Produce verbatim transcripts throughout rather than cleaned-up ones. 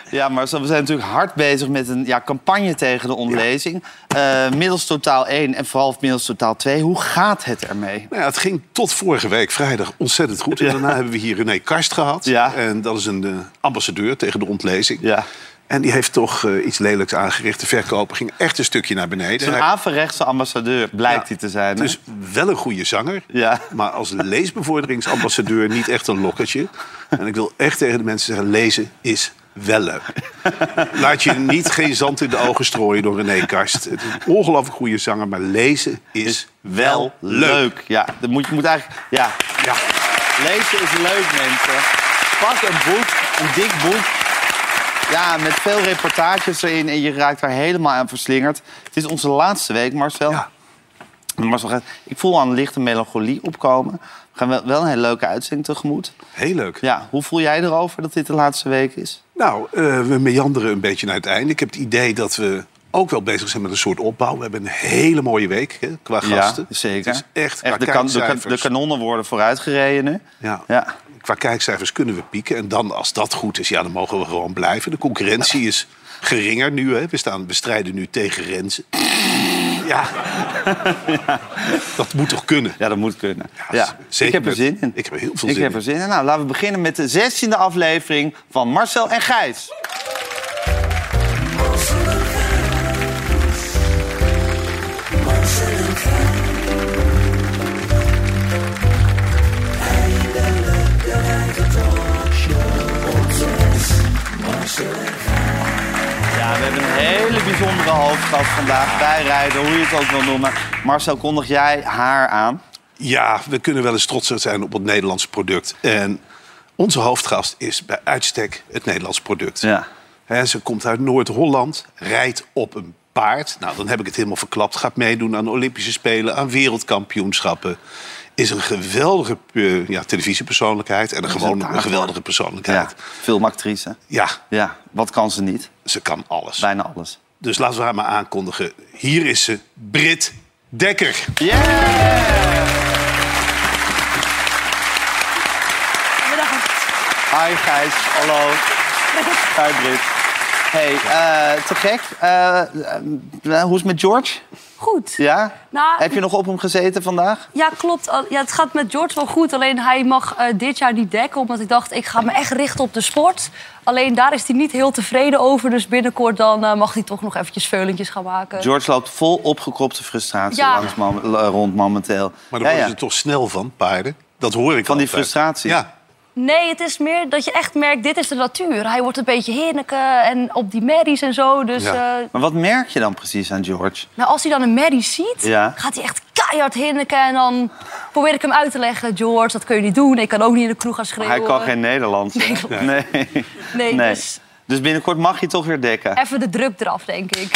Ja, maar we zijn natuurlijk hard bezig met een ja, campagne tegen de ontlezing. Ja. Uh, middels totaal één en vooral middels totaal twee. Hoe gaat het ermee? Nou ja, het ging tot vorige week vrijdag ontzettend goed. En daarna ja. hebben we hier René Karst gehad. Ja. En dat is een uh, ambassadeur tegen de ontlezing. Ja. En die heeft toch uh, iets lelijks aangericht. De verkoper ging echt een stukje naar beneden. Het is een averechtse ambassadeur, blijkt hij ja, te zijn. Dus wel een goede zanger. Ja. Maar als leesbevorderingsambassadeur niet echt een lokkertje. En ik wil echt tegen de mensen zeggen, lezen is wel leuk. Laat je niet geen zand in de ogen strooien door René Karst. Het is een ongelooflijk goede zanger, maar lezen is, is wel leuk. leuk. Ja, dat moet, je moet eigenlijk... Ja. ja. Lezen is leuk, mensen. Pak een boek, een dik boek. Ja, met veel reportages erin en je raakt daar helemaal aan verslingerd. Het is onze laatste week, Marcel. Ja. Marcel, ik voel aan een lichte melancholie opkomen. We gaan wel, wel een hele leuke uitzending tegemoet. Heel leuk. Ja, hoe voel jij erover dat dit de laatste week is? Nou, uh, we meanderen een beetje naar het einde. Ik heb het idee dat we ook wel bezig zijn met een soort opbouw. We hebben een hele mooie week hè, qua gasten. Ja, zeker. Het is echt, echt de, kan, de, de kanonnen worden vooruitgereden nu. Ja. ja. Qua kijkcijfers kunnen we pieken. En dan, als dat goed is, ja, dan mogen we gewoon blijven. De concurrentie is geringer nu. Hè. We staan bestrijden nu tegen Renze. Ja. ja, dat moet toch kunnen? Ja, dat moet kunnen. Ja, ja. Zeker ik heb er zin in. Ik heb er heel veel ik zin heb er zin in. Nou, laten we beginnen met de zestiende aflevering van Marcel en Gijs. Ja, we hebben een hele bijzondere hoofdgast vandaag. Bijrijden, hoe je het ook wil noemen. Marcel, kondig jij haar aan? Ja, we kunnen wel eens trots zijn op het Nederlandse product. En onze hoofdgast is bij uitstek het Nederlandse product. Ja. He, ze komt uit Noord-Holland, rijdt op een paard. Nou, dan heb ik het helemaal verklapt. Gaat meedoen aan de Olympische Spelen, aan wereldkampioenschappen. Is een geweldige uh, ja, televisiepersoonlijkheid. En een gewoon een geweldige persoonlijkheid. Ja, filmactrice. Ja. ja. Wat kan ze niet? Ze kan alles. Bijna alles. Dus laten we haar maar aankondigen. Hier is ze, Britt Dekker. Yeah! Hi Gijs, hallo. Hi Britt. Hey, uh, te gek. Uh, uh, hoe is het met George? Goed. Ja? Nou, heb je nog op hem gezeten vandaag? Ja, klopt. Ja, het gaat met George wel goed. Alleen hij mag uh, dit jaar niet dekken. Omdat ik dacht, ik ga me echt richten op de sport. Alleen daar is hij niet heel tevreden over. Dus binnenkort dan uh, mag hij toch nog eventjes veulentjes gaan maken. George loopt vol opgekropte frustratie ja. langs mom- rond momenteel. Maar daar worden ja, ja. ze toch snel van, paarden? Dat hoor ik Van altijd. die frustratie? Ja. Nee, het is meer dat je echt merkt, dit is de natuur. Hij wordt een beetje hinneken en op die merries en zo. Dus, ja. uh... Maar wat merk je dan precies aan George? Nou, als hij dan een merrie ziet, ja. gaat hij echt keihard hinneken. En dan probeer ik hem uit te leggen. George, dat kun je niet doen. Ik kan ook niet in de kroeg gaan schreeuwen. Hij kan geen Nederlands. Nee. Nee. nee, nee. Dus... dus binnenkort mag je toch weer dekken? Even de druk eraf, denk ik.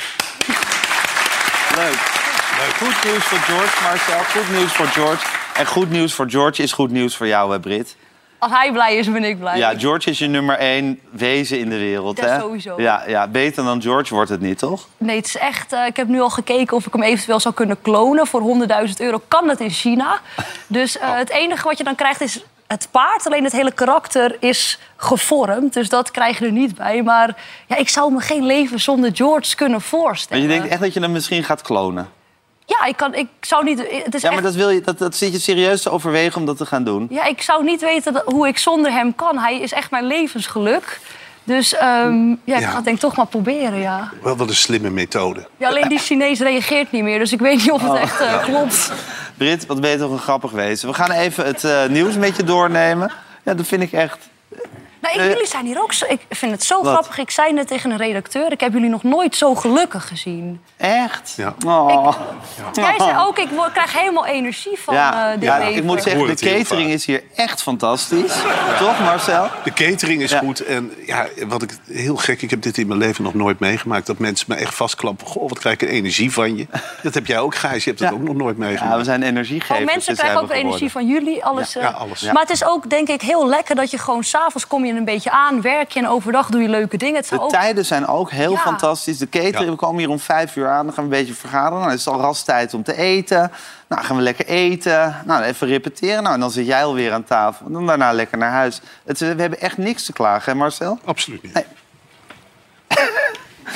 Leuk. Leuk. Goed nieuws voor George, Marcel. Goed nieuws voor George. En goed nieuws voor George is goed nieuws voor jou, hè, Britt? Als hij blij is, ben ik blij. Ja, George is je nummer één wezen in de wereld. Dat hè? sowieso. Ja, ja, beter dan George wordt het niet, toch? Nee, het is echt... Uh, ik heb nu al gekeken of ik hem eventueel zou kunnen klonen. Voor honderdduizend euro kan het in China. Dus uh, oh. het enige wat je dan krijgt is het paard. Alleen het hele karakter is gevormd. Dus dat krijg je er niet bij. Maar ja, ik zou me geen leven zonder George kunnen voorstellen. Maar je denkt echt dat je hem misschien gaat klonen? Ja, ik, kan, ik zou niet... Het is ja, maar echt... dat, wil je, dat, dat zit je serieus te overwegen om dat te gaan doen? Ja, ik zou niet weten dat, hoe ik zonder hem kan. Hij is echt mijn levensgeluk. Dus um, ja, ik ja. ga het denk ik toch maar proberen, ja. Wel wat een slimme methode. Ja, alleen die Chinees reageert niet meer, dus ik weet niet of het oh, echt uh, ja. klopt. Britt, wat ben je toch een grappig wezen. We gaan even het uh, nieuws met je doornemen. Ja, dat vind ik echt... Nou, ik, jullie zijn hier ook zo... Ik vind het zo Wat? grappig. Ik zei net tegen een redacteur... ik heb jullie nog nooit zo gelukkig gezien. Echt? Ja. Oh. Ik, ja. Jij zei ook, ik krijg helemaal energie van ja. uh, dit ja, leven. Ik moet zeggen, de catering is hier echt fantastisch. Ja. Toch, Marcel? De catering is ja. goed. En ja, wat ik heel gek... Ik heb dit in mijn leven nog nooit meegemaakt... dat mensen me echt vastklappen. Goh, wat krijg ik een energie van je. Dat heb jij ook, Gijs. Je hebt dat ja. ook nog nooit meegemaakt. Ja, we zijn energiegevers. Oh, mensen krijgen ook energie van jullie. Alles, ja. Ja, alles. Maar het is ook, denk ik, heel lekker... dat je gewoon s'avonds kom je een beetje aan... werk je en overdag doe je leuke dingen. Het de ook... tijden zijn ook heel ja. fantastisch. De catering, ja. we komen hier om vijf uur aan. Dan gaan we een beetje vergaderen. Nou, dan is het al ras tijd om te eten. Nou, gaan we lekker eten. Nou, even repeteren. Nou, en dan zit jij alweer aan tafel. En dan daarna lekker naar huis. Het, we hebben echt niks te klagen, hè Marcel? Absoluut niet. Nee.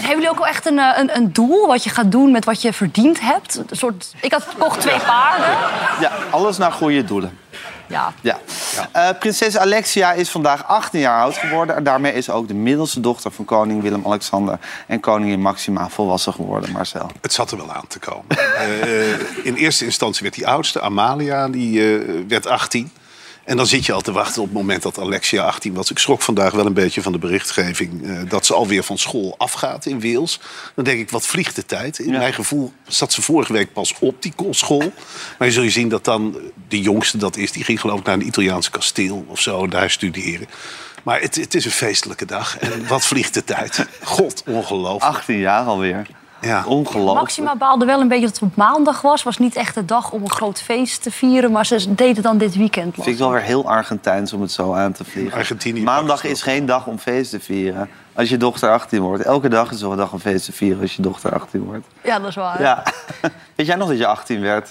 Hebben jullie ook wel echt een, een, een doel wat je gaat doen met wat je verdiend hebt? Een soort, ik had kocht twee paarden. Ja, alles naar goede doelen. Ja. Ja. Ja. Uh, prinses Alexia is vandaag achttien jaar oud geworden. En daarmee is ook de middelste dochter van koning Willem-Alexander en koningin Maxima volwassen geworden, Marcel. Het zat er wel aan te komen. uh, in eerste instantie werd die oudste, Amalia, die uh, werd achttien. En dan zit je al te wachten op het moment dat Alexia achttien was. Ik schrok vandaag wel een beetje van de berichtgeving uh, dat ze alweer van school afgaat in Wales. Dan denk ik, wat vliegt de tijd? In ja. mijn gevoel zat ze vorige week pas op die school. Maar je zul je zien dat dan de jongste dat is. Die ging geloof ik naar een Italiaans kasteel of zo, daar studeren. Maar het, het is een feestelijke dag. En wat vliegt de tijd? God, ongelooflijk. achttien jaar alweer. Ja. Ongelooflijk. Maxima baalde wel een beetje dat het op maandag was. Was niet echt de dag om een groot feest te vieren. Maar ze deden dan dit weekend. Vind ik wel weer heel Argentijns om het zo aan te vliegen. Argentinië Maandag is geen dag om feest te vieren. Als je dochter achttien wordt. Elke dag is wel een dag om feest te vieren als je dochter achttien wordt. Ja, dat is waar. Ja. Weet jij nog dat je achttien werd?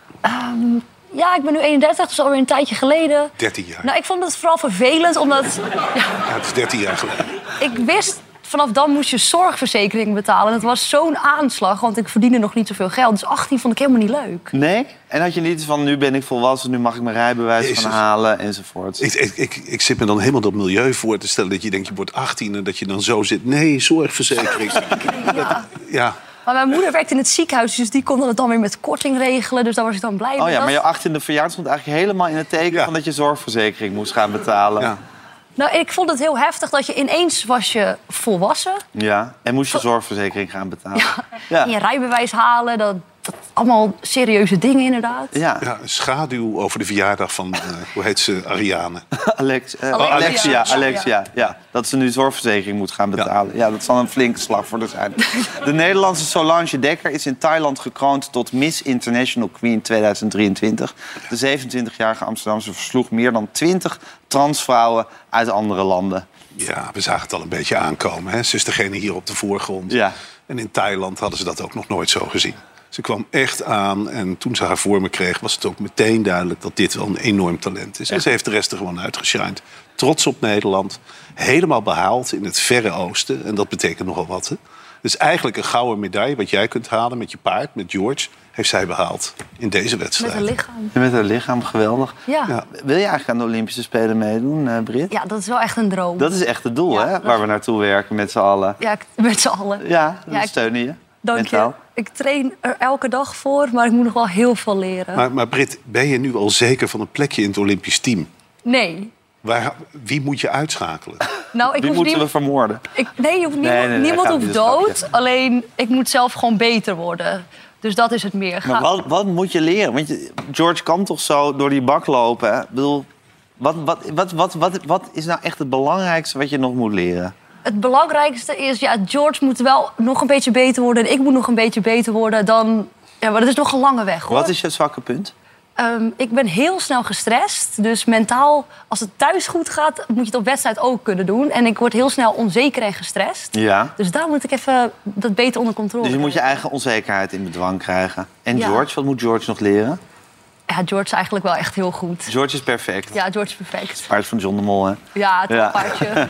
Um, ja, ik ben nu eenendertig, dus alweer een tijdje geleden. dertien jaar. Nou, ik vond het vooral vervelend, omdat... Ja, ja het is dertien jaar geleden. Ik wist... Vanaf dan moest je zorgverzekering betalen. Het was zo'n aanslag, want ik verdiende nog niet zoveel geld. Dus achttien vond ik helemaal niet leuk. Nee? En had je niet van, nu ben ik volwassen, nu mag ik mijn rijbewijs Jezus. gaan halen, enzovoort? Ik, ik, ik, ik zit me dan helemaal dat milieu voor te stellen. Dat je denkt, je wordt achttien en dat je dan zo zit. Nee, zorgverzekering. Ja. ja. Maar mijn moeder werkte in het ziekenhuis, dus die konden het dan weer met korting regelen. Dus daar was ik dan blij mee. Oh ja, dat... maar je achttiende verjaardag stond eigenlijk helemaal in het teken ja. van dat je zorgverzekering moest gaan betalen. Ja. Nou, ik vond het heel heftig dat je ineens was je volwassen. Ja, en moest je zorgverzekering gaan betalen. Ja, ja. En je rijbewijs halen, dat, dat allemaal serieuze dingen inderdaad. Ja, ja een schaduw over de verjaardag van, uh, hoe heet ze, Ariane? Alex, uh, Alexia. Alexia, Alexia, ja. Dat ze nu zorgverzekering moet gaan betalen. Ja, ja dat zal een flinke slag voor haar zijn. De Nederlandse Solange Dekker is in Thailand gekroond tot Miss International Queen tweeduizend drieëntwintig. De zevenentwintigjarige Amsterdamse versloeg meer dan twintig transvrouwen uit andere landen. Ja, we zagen het al een beetje aankomen. Hè? Ze is degene hier op de voorgrond. Ja. En in Thailand hadden ze dat ook nog nooit zo gezien. Ze kwam echt aan en toen ze haar voor me kreeg... was het ook meteen duidelijk dat dit wel een enorm talent is. Ja. En ze heeft de rest er gewoon uitgeshined. Trots op Nederland. Helemaal behaald in het Verre Oosten. En dat betekent nogal wat. Hè? Dus eigenlijk een gouden medaille wat jij kunt halen met je paard, met George... heeft zij behaald in deze wedstrijd. Met haar lichaam. En met haar lichaam, geweldig. Ja. Ja. Wil je eigenlijk aan de Olympische Spelen meedoen, uh, Brit? Ja, dat is wel echt een droom. Dat is echt het doel, ja, hè? Waar we naartoe werken met z'n allen. Ja, met z'n allen. Ja, dat ja, steunen je. Dank mentaal. je. Ik train er elke dag voor, maar ik moet nog wel heel veel leren. Maar, maar Brit, ben je nu al zeker van een plekje in het Olympisch team? Nee. Waar, wie moet je uitschakelen? Nou, ik Wie hoef moeten nie... we vermoorden? Ik, nee, je hoeft Nee, niemand, nee, nee, niemand gaat hoeft niet, dood. dat grapje. Alleen, ik moet zelf gewoon beter worden. Dus dat is het meer. Maar Ga... wat, wat moet je leren? Want je, George kan toch zo door die bak lopen? Hè? Ik bedoel, wat, wat, wat, wat, wat, wat is nou echt het belangrijkste wat je nog moet leren? Het belangrijkste is, ja, George moet wel nog een beetje beter worden... en ik moet nog een beetje beter worden. Dan... Ja, maar dat is nog een lange weg, hoor. Wat is je zwakke punt? Um, ik ben heel snel gestrest. Dus mentaal, als het thuis goed gaat... moet je het op wedstrijd ook kunnen doen. En ik word heel snel onzeker en gestrest. Ja. Dus daar moet ik even dat beter onder controle Dus je moet je krijgen. eigen onzekerheid in bedwang krijgen. En Ja. George, wat moet George nog leren? Ja, George is eigenlijk wel echt heel goed. George is perfect. Ja, George is perfect. Paard van John de Mol, hè? Ja, het Ja. paardje.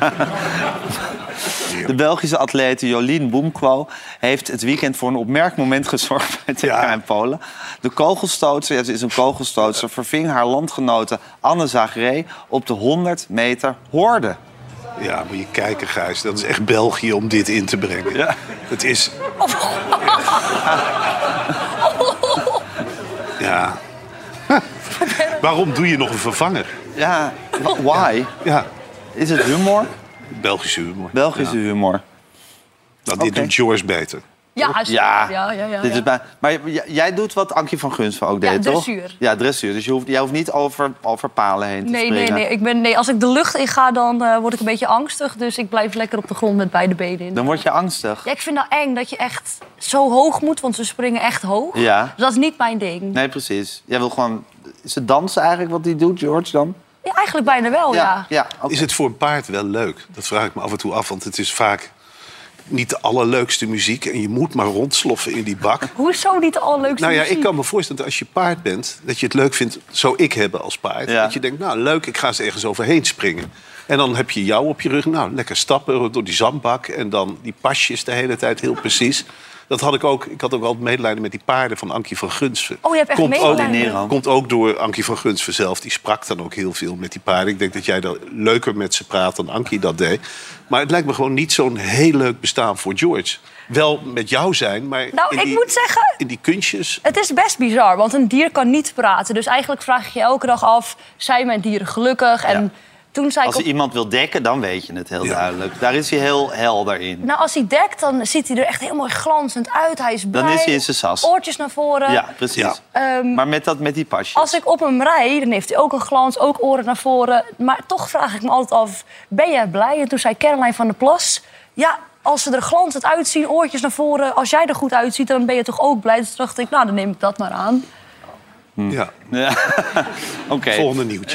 De Belgische atlete Jolien Boemquo heeft het weekend voor een opmerkelijk moment gezorgd bij het T K Ja. in Polen. De kogelstootster, ja, ze is een kogelstootster, verving haar landgenote Anne Zagré op de honderd meter horde. Ja, moet je kijken, Gijs. Dat is echt België om dit in te brengen. Ja. Het is... Ja. Waarom doe je nog een vervanger? Ja, why? Ja, Is het humor? Belgische humor. Belgische Ja. humor. Nou, dit Oké. doet George beter. Ja, is- Ja, ja, ja, ja, Dit is ja. bij, maar j- jij doet wat Ankie van Gunsven ook Ja, deed, toch? dressuur. Ja, dressuur. Dus je hoeft, jij hoeft niet over, over palen heen te Nee, springen. nee, nee. Ik ben, nee. Als ik de lucht in ga, dan uh, word ik een beetje angstig. Dus ik blijf lekker op de grond met beide benen in. Dan word je angstig. Ja, ik vind dat eng dat je echt zo hoog moet, want ze springen echt hoog. Ja. Dus dat is niet mijn ding. Nee, precies. Jij wil gewoon... Is het dansen eigenlijk wat hij doet, George, dan? Ja, eigenlijk bijna wel, ja. ja oké. Is het voor een paard wel leuk? Dat vraag ik me af en toe af, want het is vaak... niet de allerleukste muziek. En je moet maar rondsloffen in die bak. Hoezo niet de allerleukste Nou ja, muziek? ik kan me voorstellen dat als je paard bent... dat je het leuk vindt, zou ik hebben als paard. Ja. Dat je denkt, nou leuk, ik ga eens ergens overheen springen. En dan heb je jou op je rug. Nou, lekker stappen door die zandbak. En dan die pasjes de hele tijd heel precies. Dat had ik ook. Ik had ook altijd medelijden met die paarden van Ankie van Gunsven. Oh, je hebt echt komt medelijden. ook, komt ook door Ankie van Gunsven zelf. Die sprak dan ook heel veel met die paarden. Ik denk dat jij dan leuker met ze praat dan Ankie dat deed. Maar het lijkt me gewoon niet zo'n heel leuk bestaan voor George. Wel met jou zijn, maar Nou, in, ik die, moet zeggen, in die kunstjes... het is best bizar, want een dier kan niet praten. Dus eigenlijk vraag je je elke dag af, zijn mijn dieren gelukkig? En Ja. toen zei Als ik hij op... iemand wil dekken, dan weet je het heel Ja. duidelijk. Daar is hij heel helder in. Nou, als hij dekt, dan ziet hij er echt heel mooi glanzend uit. Hij is blij. Dan is hij in zijn sas. Oortjes naar voren. Ja, precies. Ja. Ehm, Maar met, dat, met die pasjes. Als ik op hem rijd, dan heeft hij ook een glans, ook oren naar voren. Maar toch vraag ik me altijd af, ben jij blij? En toen zei Caroline van der Plas, ja, als ze er glanzend uitzien, oortjes naar voren... als jij er goed uitziet, dan ben je toch ook blij? Dus toen dacht ik, nou, dan neem ik dat maar aan. Ja, Ja. Oké. volgende nieuwtje.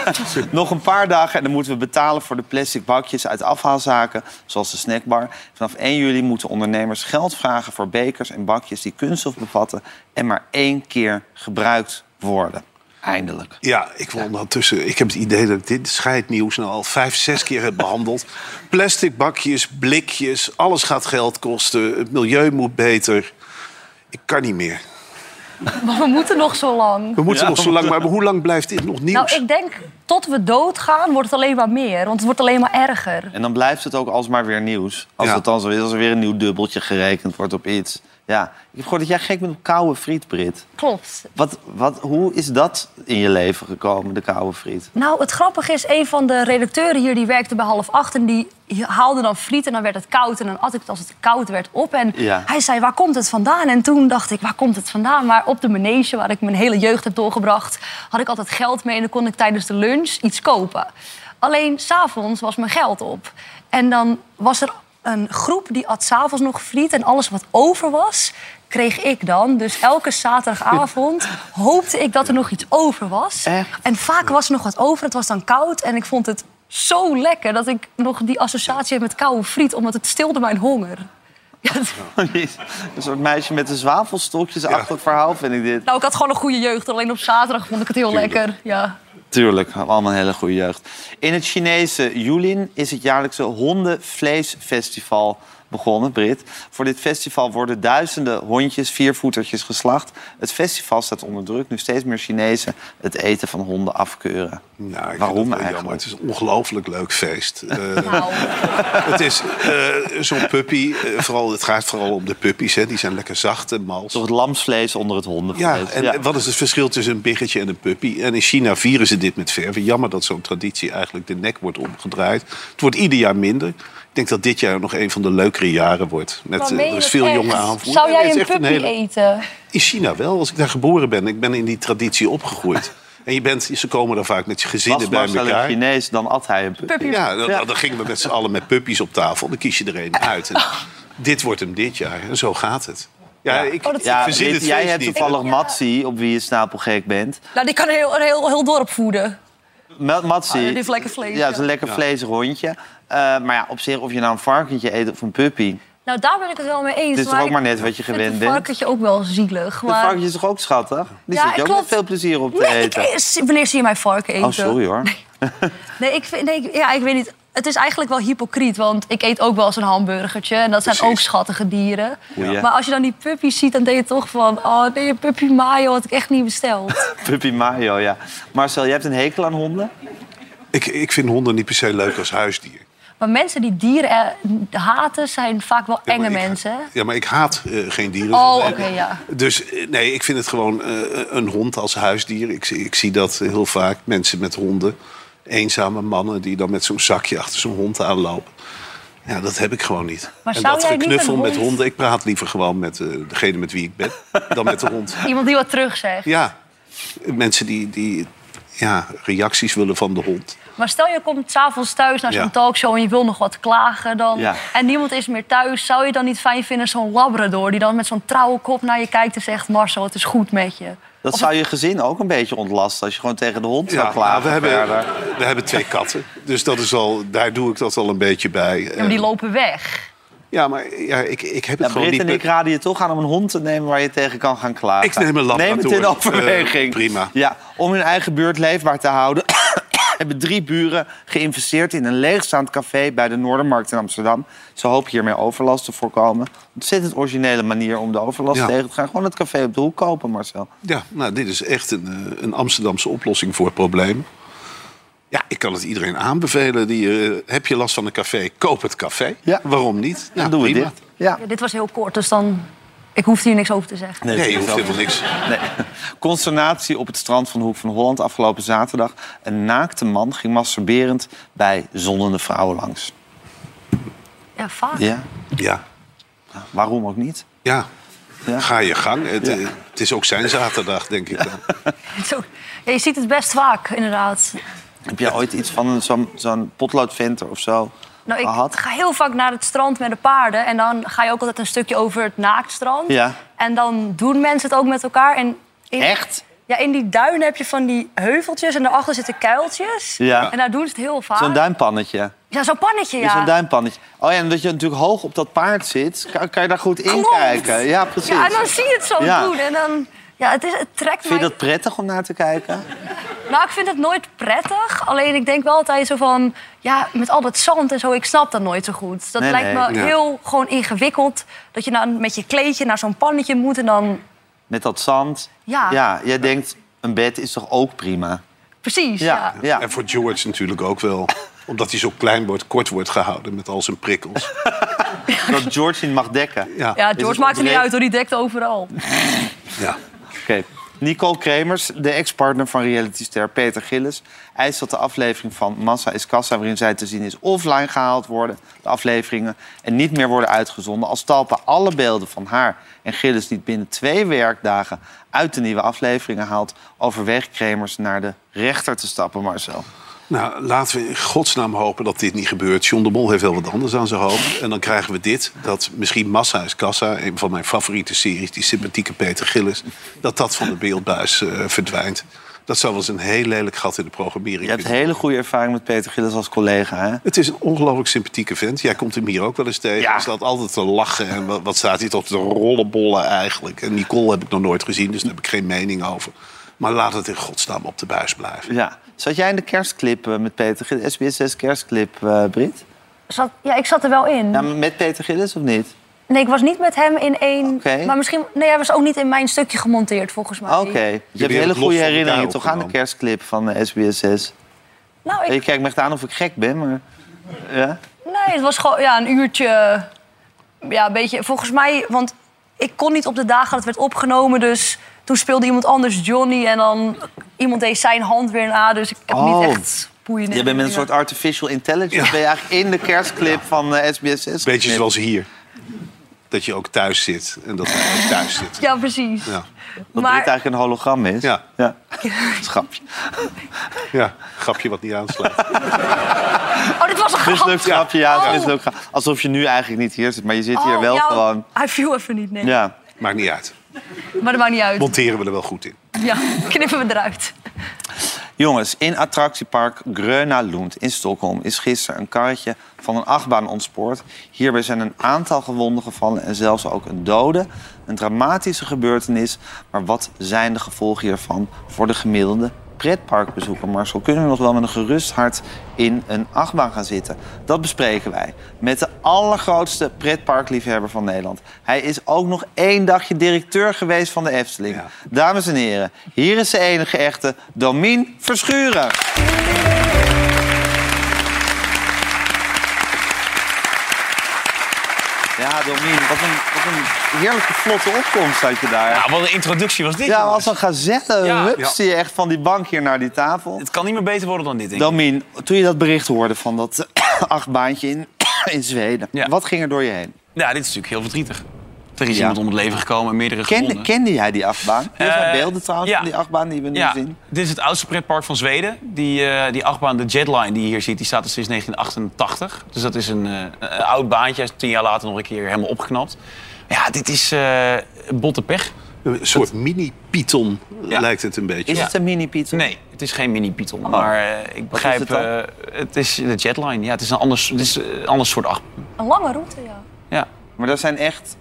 Nog een paar dagen en dan moeten we betalen voor de plastic bakjes uit afhaalzaken, zoals de snackbar. Vanaf één juli moeten ondernemers geld vragen voor bekers en bakjes die kunststof bevatten en maar één keer gebruikt worden. Eindelijk. Ja, ik wil ondertussen. Ik heb het idee dat ik dit scheidnieuws nou al vijf, zes keer heb behandeld. Plastic bakjes, blikjes, alles gaat geld kosten. Het milieu moet beter. Ik kan niet meer. Maar we moeten nog zo lang. We moeten Ja. nog zo lang, maar hoe lang blijft dit nog nieuws? Nou, ik denk, tot we doodgaan, wordt het alleen maar meer. Want het wordt alleen maar erger. En dan blijft het ook alsmaar weer nieuws. Als Ja. het dan zo is, als er weer een nieuw dubbeltje gerekend wordt op iets. Ja, ik heb gehoord dat jij gek bent op koude friet, Brit. Klopt. Wat, wat, hoe is dat in je leven gekomen, de koude friet? Nou, het grappige is, een van de redacteuren hier... die werkte bij half acht en die haalde dan friet... en dan werd het koud en dan at ik het als het koud werd op. En Ja. hij zei, waar komt het vandaan? En toen dacht ik, waar komt het vandaan? Maar op de manege, waar ik mijn hele jeugd heb doorgebracht... had ik altijd geld mee en dan kon ik tijdens de lunch iets kopen. Alleen, 's avonds was mijn geld op. En dan was er een groep die at 's avonds nog friet... en alles wat over was, kreeg ik dan. Dus elke zaterdagavond hoopte ik dat er nog iets over was. Echt? En vaak was er nog wat over. Het was dan koud en ik vond het zo lekker... dat ik nog die associatie heb met koude friet... omdat het stilde mijn honger. Ja, het- Een soort meisje met de zwavelstokjes-achtig verhaal vind ik dit. nou, ik had gewoon een goede jeugd. Alleen op zaterdag vond ik het heel Tuurlijk. lekker. Ja. Tuurlijk, allemaal een hele goede jeugd. In het Chinese Yulin is het jaarlijkse hondenvleesfestival begonnen, Brit. Voor dit festival worden duizenden hondjes, viervoetertjes geslacht. Het festival staat onder druk. Nu steeds meer Chinezen het eten van honden afkeuren. Nou, ik Waarom vind dat wel eigenlijk? jammer. Het is een ongelooflijk leuk feest. Eh, Nou, het is eh, zo'n puppy. eh, vooral, het gaat vooral om de puppies. Hè. Die zijn lekker zacht en mals. Toch het lamsvlees onder het Ja, hondenvlees. en wat is het verschil tussen een biggetje en een puppy? En in China vieren ze dit met verven. Jammer dat zo'n traditie eigenlijk de nek wordt omgedraaid. Het wordt ieder jaar minder. Ik denk dat dit jaar nog een van de leukere jaren wordt. Met, maar eh, meen je er is het veel echt? jonge aanvoer. Zou Nee, het jij is een echt puppy hele- eten? In China wel, als ik daar geboren ben. Ik ben in die traditie opgegroeid. En je bent, ze komen dan vaak met je Was gezinnen bij Marcel een elkaar. Chinees, dan at hij een puppy. Puppy. Ja, dan, dan gingen we met z'n allen met puppies op tafel. Dan kies je er een uit. En dit wordt hem dit jaar. En zo gaat het. Ja, Ja. ik, Oh, dat- ik Ja, verzin Brit, het jij feest hebt niet. toevallig Ja. Matsi, op wie je stapelgek bent. Nou, die kan een heel, een heel, heel dorp voeden. Ma- Matsi, Ah, die heeft lekker vlees, Ja, ja. het is een lekker vleesig hondje. Uh, maar ja, op zich, of je nou een varkentje eet of een puppy... Nou, daar ben ik het wel mee eens. Het is toch maar ook ik maar net wat je vind gewend een bent? varkentje ook wel zielig. De Maar... varkentje is toch ook schattig? Die Ja, zit je ook klopt. met veel plezier op te Nee, ik, eten. wanneer zie je mij varken eten? Oh, sorry hoor. Nee, ik, vind, nee, ik- ja, ik weet niet. Het is eigenlijk wel hypocriet, want ik eet ook wel eens een hamburgertje. En dat zijn Precies. ook schattige dieren. Goeie. Maar als je dan die puppies ziet, dan denk je toch van... oh nee, een puppy mayo had ik echt niet besteld. Puppy Mayo, ja. Marcel, jij hebt een hekel aan honden? Ik, ik vind honden niet per se leuk als huisdier. Maar mensen die dieren eh, haten, zijn vaak wel Ja, enge maar ik- mensen. Ja, maar ik haat eh, geen dieren. Oh, Nee. oké, ja. Dus eh, nee, ik vind het gewoon eh, een hond als huisdier. Ik, zie- ik zie dat heel vaak. Mensen met honden. Eenzame mannen die dan met zo'n zakje achter zo'n hond aanlopen. Ja, dat heb ik gewoon niet. Maar en zou dat jij niet geknuffel een met hond- honden. Ik praat liever gewoon met eh, degene met wie ik ben. Dan met de hond. Iemand die wat terug zegt. Ja, mensen die, die ja, reacties willen van de hond. Maar stel je komt s'avonds thuis naar zo'n Ja. talkshow en je wil nog wat klagen dan, Ja. en niemand is meer thuis. Zou je dan niet fijn vinden zo'n labrador die dan met zo'n trouwe kop naar je kijkt en zegt... Marcel, het is goed met je. Dat zou je gezin ook een beetje ontlasten als je gewoon tegen de hond zou Ja, klagen. nou, we, hebben, verder. we hebben twee katten. Dus dat is al, daar doe ik dat al een beetje bij. Ja, maar die lopen weg. Ja, maar ja, ik, ik heb het ja, gewoon Britt niet... en ik raden je toch aan om een hond te nemen waar je tegen kan gaan klagen. Ik neem een Labrador. Neem het in overweging. Uh, prima. Ja, om hun eigen buurt leefbaar te houden... hebben drie buren geïnvesteerd in een leegstaand café bij de Noordermarkt in Amsterdam. Ze hopen hiermee overlast te voorkomen. Ontzettend originele manier om de overlast ja. tegen te gaan. Gewoon het café op de hoek kopen, Marcel. Ja, nou, dit is echt een, een Amsterdamse oplossing voor het probleem. Ja, ik kan het iedereen aanbevelen. Die, uh, heb je last van een café, koop het café. Ja. Waarom niet? Dan ja, doen we dit. Ja. Ja, dit was heel kort, dus dan... Ik hoef hier niks over te zeggen. Nee, nee je hoeft helemaal niks. Nee. Consternatie op het strand van de Hoek van Holland afgelopen zaterdag. Een naakte man ging masturberend bij zonnende vrouwen langs. Ja, vaak. Ja. Ja. Waarom ook niet? Ja. Ja. Ga je gang. Het, Ja. uh, het is ook zijn zaterdag, denk ik dan. Zo, ja, je ziet het best vaak, inderdaad. Heb jij ooit iets van zo'n zo'n potloodventer of zo Nou, ik gehad? ga heel vaak naar het strand met de paarden. En dan ga je ook altijd een stukje over het naaktstrand. Ja. En dan doen mensen het ook met elkaar. En in, Echt? Ja, in die duinen heb je van die heuveltjes en daarachter zitten kuiltjes. Ja. En daar doen ze het heel vaak. Zo'n duimpannetje. Ja, zo'n pannetje, Ja. ja. Zo'n duimpannetje. Oh ja, en dat je natuurlijk hoog op dat paard zit, kan, kan je daar goed in Klopt. kijken. Ja, precies. Ja, en dan zie je het zo Ja. doen. En dan, ja, het, is, het trekt Vind je mij... dat prettig om naar te kijken? Nou, ik vind het nooit prettig. Alleen ik denk wel altijd zo van... Ja, met al dat zand en zo, ik snap dat nooit zo goed. Dat Nee, lijkt me nee. Ja. heel gewoon ingewikkeld. Dat je dan met je kleedje naar zo'n pannetje moet en dan... Met dat zand. Ja. Ja, jij denkt, een bed is toch ook prima? Precies, Ja, ja. ja. En voor George natuurlijk ook wel. Omdat hij zo klein wordt, kort wordt gehouden met al zijn prikkels. Dat George niet mag dekken. Ja. Ja, Is het George maakt er niet ontbreekt? uit, hoor. Die dekt overal. ja. Oké. Nicole Kremers, de ex-partner van realityster Peter Gillis... eist dat de aflevering van Massa is Kassa, waarin zij te zien is, offline gehaald worden, de afleveringen, en niet meer worden uitgezonden. Als Talpa alle beelden van haar en Gillis niet binnen twee werkdagen uit de nieuwe afleveringen haalt, overweegt Kremers naar de rechter te stappen, Marcel. Nou, laten we in godsnaam hopen dat dit niet gebeurt. John de Mol heeft wel wat anders aan zijn hoofd. En dan krijgen we dit, dat misschien Massa is Kassa... een van mijn favoriete series, die sympathieke Peter Gillis... dat dat van de beeldbuis uh, verdwijnt. Dat zou wel eens een heel lelijk gat in de programmering. Je hebt hele goede ervaring met Peter Gillis als collega, hè? Het is een ongelooflijk sympathieke vent. Jij komt hem hier ook wel eens tegen. Ja. Hij staat altijd te lachen. En wat, wat staat hij tot de rollenbollen eigenlijk? En Nicole heb ik nog nooit gezien, dus daar heb ik geen mening over. Maar laat het in godsnaam op de buis blijven. Ja. Zat jij in de kerstclip uh, met Peter Gillis? S B S zes kerstclip, uh, Brit? Zat, ja, ik zat er wel in. Ja, met Peter Gillis of niet? Nee, ik was niet met hem in één... Oké. Maar misschien... Nee, hij was ook niet in mijn stukje gemonteerd, volgens mij. Oké. Okay. Je hebt hebben hele het los goede van herinneringen elkaar toch aan de opgenomen. kerstclip van uh, S B S zes? Nou, ik... Je kijkt me echt aan of ik gek ben, maar... Ja? Nee, het was gewoon ja, een uurtje... Ja, een beetje... Volgens mij... Want ik kon niet op de dagen dat het werd opgenomen, dus... Toen speelde iemand anders Johnny en dan... Iemand deed zijn hand weer na, dus ik heb Oh. niet echt boeiende... Je bent met een soort artificial intelligence. Ben je eigenlijk in de kerstclip van uh, S B S zes? Beetje zoals hier. Dat je ook thuis zit en dat hij ook thuis zit. Ja, precies. Ja, Dat maar- dit eigenlijk een hologram is. Ja. ja. Schapje. ja. Grapje wat niet aansluit. Oh, dit was een grap. Mislukt grapje, ja. Oh. Mislukt grapje. Alsof je nu eigenlijk niet hier zit, maar je zit hier Oh, wel ja, gewoon. Hij viel even niet, nee. Ja. Maakt niet uit. Maar dat maakt niet uit. Monteren we er wel goed in. Ja, knippen we eruit. Jongens, in attractiepark Gröna Lund in Stockholm is gisteren een karretje van een achtbaan ontspoord. Hierbij zijn een aantal gewonden gevallen en zelfs ook een dode. Een dramatische gebeurtenis, maar wat zijn de gevolgen hiervan voor de gemiddelde pretparkbezoeker? Marcel, kunnen we nog wel met een gerust hart in een achtbaan gaan zitten? Dat bespreken wij met de allergrootste pretparkliefhebber van Nederland. Hij is ook nog één dagje directeur geweest van de Efteling. Ja. Dames en heren, hier is de enige echte Domien Verschuren. Ja, Domien, wat een, wat een heerlijke vlotte opkomst had je daar. Ja, wat een introductie was dit, Ja, jongens. als een gazelle Ja. hups je echt van die bank hier naar die tafel. Het kan niet meer beter worden dan dit, denk ik. Domien, toen je dat bericht hoorde van dat achtbaantje in, in Zweden, Ja. wat ging er door je heen? Ja, dit is natuurlijk heel verdrietig. Er is Ja. iemand om het leven gekomen en meerdere Kende, gewonden. kende jij die achtbaan? Heb je Eh, beelden trouwens ja. van die achtbaan die we nu Ja, zien? dit is het oudste pretpark van Zweden. Die, eh, die achtbaan, de Jetline die je hier ziet, die staat er sinds negentien achtentachtig. Dus dat is een, eh, een oud baantje. Hij is tien jaar later nog een keer helemaal opgeknapt. Ja, dit is eh botte pech. Een soort mini-python Ja. lijkt het een beetje. Is Ja. het een mini-Piet? Nee, het is geen mini-Python. Maar eh, ik begrijp... is het dan? eh, het is de Jetline. Ja, het is een anders, het is een ander soort achtbaan. Een lange route, ja. Ja. Maar dat zijn echt...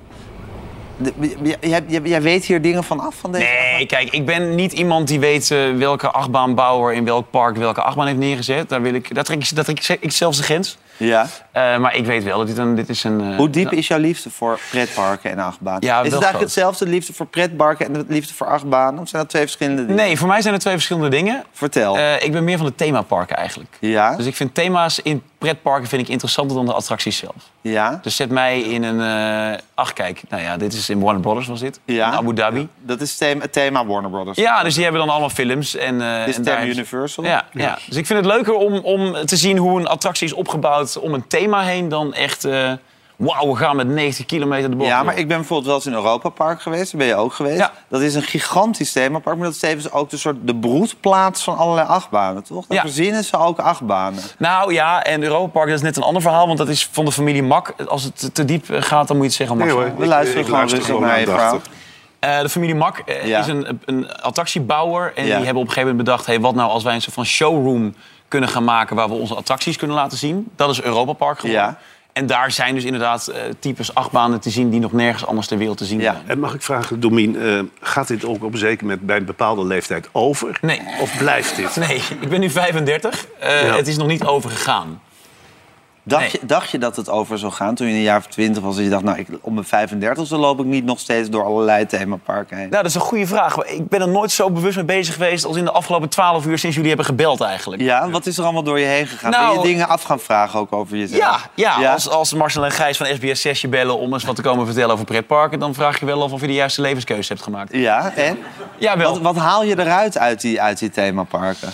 De, jij, jij, jij weet hier dingen van af van deze Nee, achtbaan? kijk, ik ben niet iemand die weet uh, welke achtbaanbouwer in welk park welke achtbaan heeft neergezet. Daar, wil ik, daar trek, ik, daar trek ik zelfs de grens. Ja. Uh, maar ik weet wel dat dit, een, dit is een... Uh, Hoe diep is jouw liefde voor pretparken en achtbanen? Ja, is het eigenlijk groot. hetzelfde, de liefde voor pretparken en de liefde voor achtbanen? Of zijn dat twee verschillende dingen? Nee, voor mij zijn het twee verschillende dingen. Vertel. Uh, ik ben meer van de themaparken eigenlijk. Ja? Dus ik vind thema's in pretparken vind ik interessanter dan de attracties zelf. Ja? Dus zet mij in een... Uh, ach, kijk, nou ja, dit is in Warner Brothers was dit. Ja? In Abu Dhabi. Ja. Dat is thema, het thema Warner Brothers. Ja, dus die hebben dan allemaal films. En, uh, Dit is en Term daar Universal. Ja, ja, dus ik vind het leuker om, om te zien hoe een attractie is opgebouwd om een thema heen dan echt... Uh, wauw, we gaan met negentig kilometer de bocht. Ja, maar ik ben bijvoorbeeld wel eens in Europa Park geweest. Daar ben je ook geweest. Ja. Dat is een gigantisch themapark. Maar dat is tevens ook de, soort, de broedplaats van allerlei achtbanen, toch? Daar Ja. verzinnen ze ook achtbanen. Nou ja, en Europa Park dat is net een ander verhaal. Want dat is van de familie Mak. Als het te diep gaat, dan moet je het zeggen. Nee, Marcel. hoor. We Ik- luisteren ik gewoon luister rustig gewoon naar je aandachtig. vrouw. Uh, de familie Mak uh, Ja. is een, een attractiebouwer. En Ja. die hebben op een gegeven moment bedacht... Hey, wat nou als wij een soort van showroom kunnen gaan maken... waar we onze attracties kunnen laten zien. Dat is Europa Park geworden. Ja. En daar zijn dus inderdaad uh, types achtbanen te zien... die nog nergens anders ter wereld te zien Ja. zijn. En mag ik vragen, Domien, uh, gaat dit ook op een zeker moment bij een bepaalde leeftijd over? Nee. Of blijft dit? Nee, ik ben nu vijfendertig. Uh, Ja. Het is nog niet overgegaan. Dacht, Nee. je, dacht je dat het over zou gaan toen je een jaar of twintig was? Dat je dacht, nou, ik, op mijn vijfendertigste loop ik niet nog steeds door allerlei themaparken heen. Nou, dat is een goede vraag. Maar ik ben er nooit zo bewust mee bezig geweest... als in de afgelopen twaalf uur sinds jullie hebben gebeld eigenlijk. Ja, wat is er allemaal door je heen gegaan? Nou, Ben je dingen af gaan vragen ook over jezelf? Ja, ja, Ja? Als, als Marcel en Gijs van S B S zes je bellen om eens wat te komen vertellen over pretparken... dan vraag je wel of of je de juiste levenskeuze hebt gemaakt. Ja, en? Ja, wel. Wat, wat haal je eruit uit die, uit die themaparken?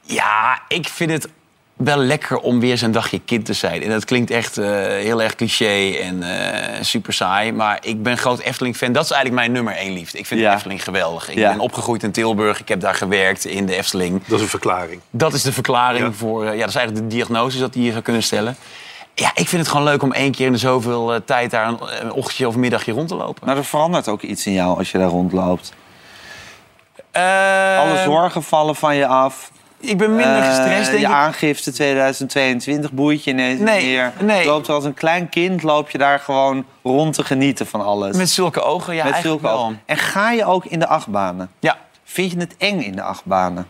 Ja, ik vind het wel lekker om weer eens een dagje kind te zijn. En dat klinkt echt uh, heel erg cliché en uh, super saai. Maar ik ben groot Efteling-fan. Dat is eigenlijk mijn nummer één liefde. Ik vind Ja. de Efteling geweldig. Ik Ja. ben opgegroeid in Tilburg. Ik heb daar gewerkt in de Efteling. Dat is een verklaring. Dat is de verklaring Ja. voor... Uh, ja, dat is eigenlijk de diagnose dat die je zou kunnen stellen. Ja, ik vind het gewoon leuk om één keer in de zoveel uh, tijd... daar een, een ochtendje of een middagje rond te lopen. Nou, er verandert ook iets in jou als je daar rondloopt. Uh, Alle zorgen vallen van je af. Ik ben minder Eh, gestrest, denk je ik. aangifte tweeduizend tweeëntwintig boeit je ineens Nee, niet meer. nee. Je loopt er als een klein kind loop je daar gewoon rond te genieten van alles. Met zulke ogen, ja, Met eigenlijk zulke wel. ogen. En ga je ook in de achtbanen? Ja, Vind je het eng in de achtbanen?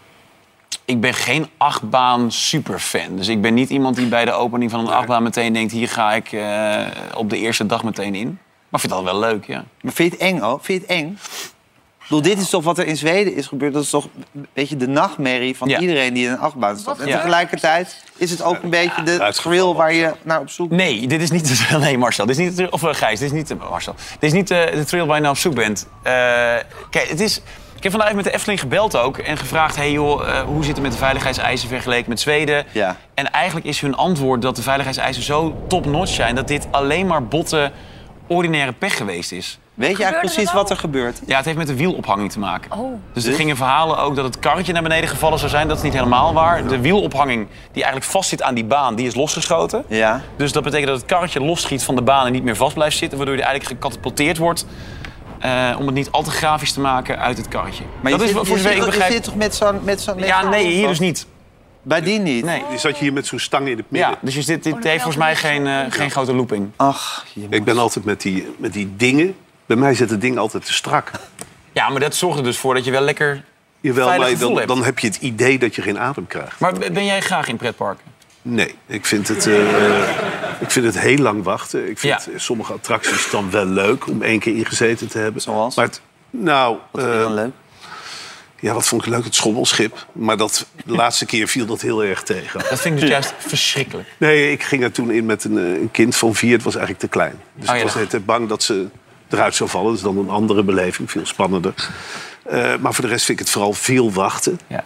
ik ben geen achtbaan superfan. Dus ik ben niet iemand die bij de opening van een achtbaan meteen denkt... hier ga ik uh, op de eerste dag meteen in. Maar ik vind dat wel leuk, ja. Maar vind je het eng ook? Vind je het eng? Ik bedoel, dit is toch wat er in Zweden is gebeurd. Dat is toch een beetje de nachtmerrie van Ja. iedereen die in een achtbaan stapt. En Ja. tegelijkertijd is het ook een beetje de uitgevallen thrill waar je naar op zoek bent. Nee, dit is niet de... Nee, Marcel. Dit is niet de, of uh, Gijs, dit is niet... Uh, Marcel. Dit is niet uh, de thrill waar je naar op zoek bent. Uh, kijk, het is... Ik heb vandaag met de Efteling gebeld ook en gevraagd... Hey joh, uh, hoe zit het met de veiligheidseisen vergeleken met Zweden? Ja. En eigenlijk is hun antwoord dat de veiligheidseisen zo top-notch zijn... dat dit alleen maar botte, ordinaire pech geweest is. Weet je Gebeurde eigenlijk precies er wat er gebeurt? Ja, het heeft met de wielophanging te maken. Oh. Dus er gingen verhalen ook dat het karretje naar beneden gevallen zou zijn. Dat is niet helemaal waar. De wielophanging die eigenlijk vastzit aan die baan, die is losgeschoten. Ja. Dus dat betekent dat het karretje losschiet van de baan en niet meer vast blijft zitten. Waardoor je eigenlijk gecatapulteerd wordt. Uh, om het niet al te grafisch te maken uit het karretje. Maar dat je is zit, voor je zover zit, ik je begrijp. zit toch met zo'n... Met zo'n met Ja, zo'n nee, hier vast? dus niet. Bij die niet? Nee. Die zat je hier met zo'n stang in het midden. Ja, dus je zit, dit Oh, heeft volgens mij geen, uh, geen grote looping. Ach, je Ik ben altijd met die, met die dingen... Bij mij zit het ding altijd te strak. Ja, maar dat zorgt er dus voor dat je wel lekker Jawel, veilig maar gevoel dan, hebt. dan heb je het idee dat je geen adem krijgt. Maar ben jij graag in pretparken? Nee, ik vind het, uh, ik vind het heel lang wachten. Ik vind Ja. sommige attracties dan wel leuk om één keer ingezeten te hebben. Zoals? Maar het, nou, Wat vind je uh, dan leuk? ja, wat vond ik leuk? Het schommelschip. Maar dat, de laatste keer viel dat heel erg tegen. Dat vind ik dus juist verschrikkelijk. Nee, ik ging er toen in met een, uh, een kind van vier. Het was eigenlijk te klein. Dus Oh, ik ja. was de hele tijd bang dat ze eruit zou vallen. Dat is dan een andere beleving, veel spannender. Uh, maar voor de rest vind ik het vooral veel wachten. Ja.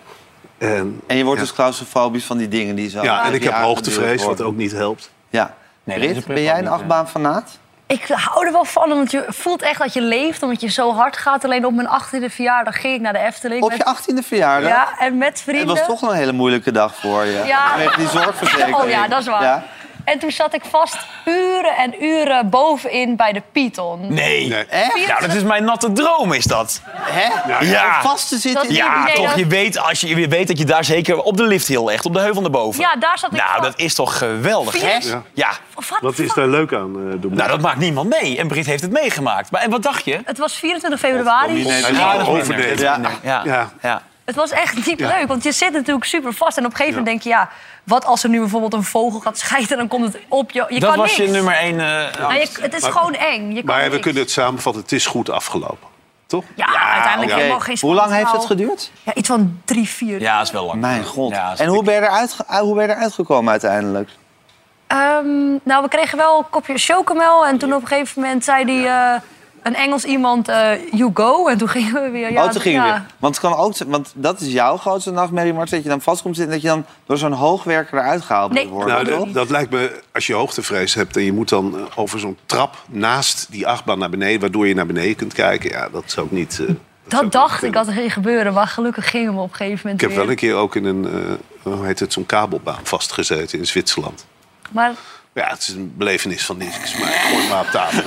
En, En je wordt ja. dus claustrofobisch van die dingen die zo... Ja, en ik die heb hoogtevrees, aangeduwd wat worden. ook niet helpt. Ja. Nee, dat is Rit, een ben jij een pretpark niet, achtbaanfanaat? Ik hou er wel van, want je voelt echt dat je leeft, omdat je zo hard gaat. Alleen op mijn achttiende verjaardag ging ik naar de Efteling. Op met- je achttiende verjaardag? Ja, en met Het vrienden. was toch een hele moeilijke dag voor je. Ja. Vanwege die zorgverzekering. Oh ja, dat is waar. Ja. En toen zat ik vast uren en uren bovenin bij de Python. Nee. Nee. Echt? Nou, dat is mijn natte droom, is dat. Hè? Ja. Om vast te zitten? Dat- in- Ja, Nee, toch, dat- je weet, als je, je weet dat je daar zeker op de lift heel echt, op de heuvel naar boven. Ja, daar zat ik Nou, vast. dat is toch geweldig. Vier- Hè? Ja. Ja. Wat, Wat is daar leuk aan, uh, Domien? Nou, dat maakt niemand mee. En Brit heeft het meegemaakt. Maar en wat dacht je? Het was vierentwintig februari. Hij is Ja, wel dat is overdreven. minder. Ja. Ja. Ja. Ja. Ja. Het was echt niet leuk, want je zit natuurlijk super vast. En op een gegeven moment denk je, ja, wat als er nu bijvoorbeeld een vogel gaat schijten... dan komt het op je. Je Dat kan was niks. je nummer één. uh, Nou, je- het is Maar- gewoon eng. Je kan Maar we niks. kunnen het samenvatten, het is goed afgelopen. Toch? Ja, uiteindelijk Oké. helemaal geen Hoe lang heeft het spannend geduurd? verhaal. Ja, iets van drie, vier. Ja, dat is wel lang. Mijn god. Ja, dat is En hoe ben, je eruit, ge- hoe ben je eruit gekomen uiteindelijk? Ehm, nou, we kregen wel een kopje chocomel. En toen op een gegeven moment zei die, eh, een Engels iemand, eh, you go. En toen gingen we weer. Ja, oh, toen ging je ja. weer. Want, het kan ook, zijn- want dat is jouw grootste nachtmerrie, Mart, dat je dan vast komt zitten... en dat je dan door zo'n hoogwerker eruit gehaald Nee. moet worden, Nou, toch? dat, dat lijkt me, als je hoogtevrees hebt en je moet dan uh, over zo'n trap naast die achtbaan naar beneden, waardoor je naar beneden kunt kijken, ja, dat zou ik niet. Uh, dat zou Dat dacht niet ik dat er ging gebeuren. Maar gelukkig gingen we op een gegeven moment Ik heb weer. wel een keer ook in een, uh, hoe heet het, zo'n kabelbaan vastgezeten in Zwitserland. Maar Ja, het is een belevenis van niks, maar ik gooi het maar op tafel.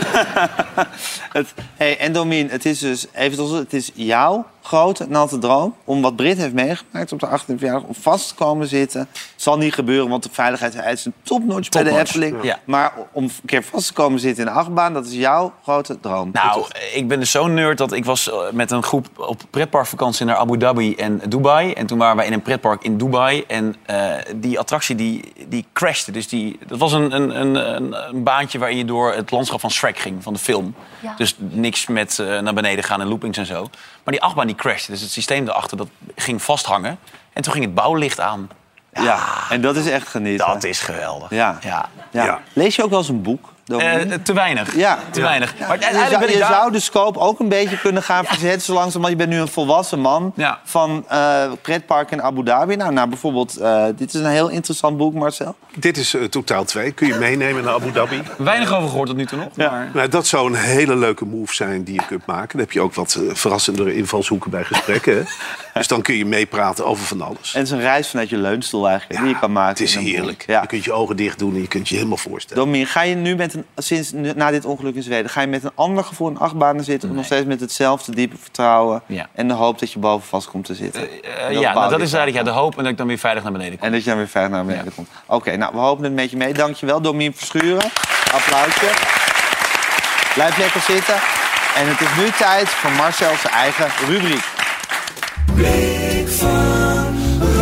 Het, hey, en Domien, het is dus even tot, het is jouw grote natte droom om wat Brit heeft meegemaakt op de achttiende verjaardag om vast te komen zitten. Het zal niet gebeuren, want de veiligheid is een topnotch bij de Topnotch, Efteling. ja. Maar om een keer vast te komen zitten in de achtbaan, dat is jouw grote droom. Nou, ik ben dus zo'n nerd dat ik was eh, met een groep op pretparkvakantie naar Abu Dhabi en Dubai. En toen waren wij in een pretpark in Dubai. En eh, die attractie die, die crashte. Dus die, dat was een, een, een, een, een baantje waarin je door het landschap van Shrek ging, van de film. Ja. Dus niks met eh, naar beneden gaan en loopings en zo. Maar die achtbaan die crashte. Dus het systeem daarachter dat ging vasthangen. En toen ging het bouwlicht aan. ja, en dat is echt genieten. Dat is geweldig. Ja. Ja. Ja. Ja. Lees je ook wel eens een boek, Domien? Eh, te weinig. Ja. Te weinig. Maar je uiteindelijk zou, ben ik je daar... zou de scope ook een beetje kunnen gaan verzetten... zo langzamerhand, je bent nu een volwassen man... Ja. van eh pretpark in Abu Dhabi. Nou, nou bijvoorbeeld, eh, dit is een heel interessant boek, Marcel. Dit is uh, totaal twee. Kun je meenemen naar Abu Dhabi? Weinig over gehoord tot nu toe nog. Ja. Maar... Nou, dat zou een hele leuke move zijn die je kunt maken. Dan heb je ook wat uh, verrassendere invalshoeken bij gesprekken. Hè? Dus dan kun je meepraten over van alles. En het is een reis vanuit je leunstoel eigenlijk, die je kan maken. Het is in een boek. heerlijk. Ja. Je kunt je ogen dicht doen en je kunt je helemaal voorstellen. Domien, ga je nu met een, sinds na dit ongeluk in Zweden... ga je met een ander gevoel in achtbanen zitten... of nog steeds met hetzelfde diepe vertrouwen... Ja. en de hoop dat je boven vast komt te zitten? Uh, Dat ja, nou, bouw dat je is eigenlijk ja, de hoop en dat ik dan weer veilig naar beneden kom. En dat je dan weer veilig naar beneden komt. Oké, nou, we hopen het een beetje mee. Dankjewel, Domien Verschuren. Applausje. Blijf lekker zitten. En het is nu tijd voor Marcel zijn eigen rubriek. Blik van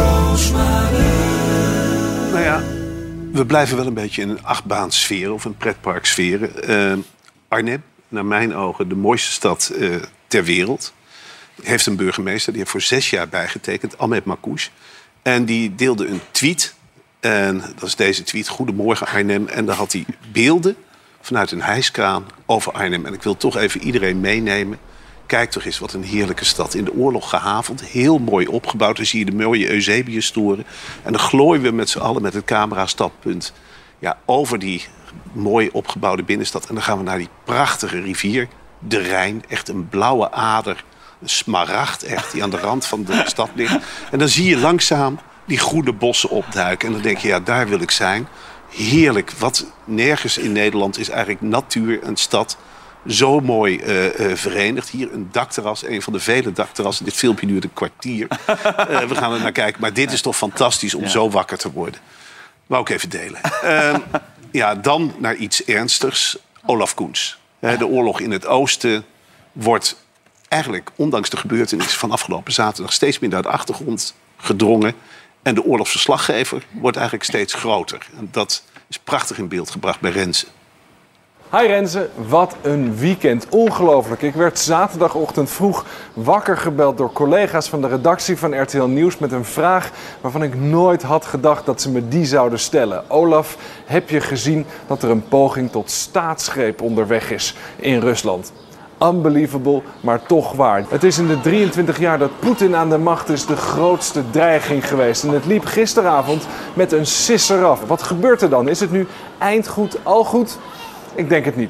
Roosmalen. Nou ja, we blijven wel een beetje in een achtbaansfeer of een pretparksfeer. Uh, Arnhem, naar mijn ogen de mooiste stad uh, ter wereld. Heeft een burgemeester, die heeft voor zes jaar bijgetekend, Ahmed Makouche. En die deelde een tweet. En dat is deze tweet, Goedemorgen Arnhem. En daar had hij beelden vanuit een hijskraan over Arnhem. En ik wil toch even iedereen meenemen. Kijk toch eens wat een heerlijke stad. In de oorlog gehavend, heel mooi opgebouwd. Dan zie je de mooie Eusebius-toren. En dan glooien we met z'n allen met het camerastandpunt ja, over die mooi opgebouwde binnenstad. En dan gaan we naar die prachtige rivier, de Rijn. Echt een blauwe ader, een smaragd echt, die aan de rand van de stad ligt. En dan zie je langzaam die groene bossen opduiken. En dan denk je, ja, daar wil ik zijn. Heerlijk. Wat nergens in Nederland is eigenlijk natuur en stad zo mooi uh, uh, verenigd. Hier een dakterras, een van de vele dakterrassen. Dit filmpje duurt een kwartier. Uh, we gaan er naar kijken. Maar dit is toch fantastisch om ja. zo wakker te worden. Wou ik even delen. Uh, ja, dan naar iets ernstigs. Olaf Koens. Uh, de oorlog in het oosten wordt eigenlijk, ondanks de gebeurtenissen van afgelopen zaterdag, steeds meer naar de achtergrond gedrongen. En de oorlogsverslaggever wordt eigenlijk steeds groter. En dat is prachtig in beeld gebracht bij Renze. Hi Renze, wat een weekend. Ongelooflijk. Ik werd zaterdagochtend vroeg wakker gebeld door collega's van de redactie van R T L Nieuws met een vraag waarvan ik nooit had gedacht dat ze me die zouden stellen. Olaf, heb je gezien dat er een poging tot staatsgreep onderweg is in Rusland? Unbelievable, maar toch waar. Het is in de drieëntwintig jaar dat Poetin aan de macht is de grootste dreiging geweest. En het liep gisteravond met een sisser af. Wat gebeurt er dan? Is het nu eindgoed, al goed? Ik denk het niet.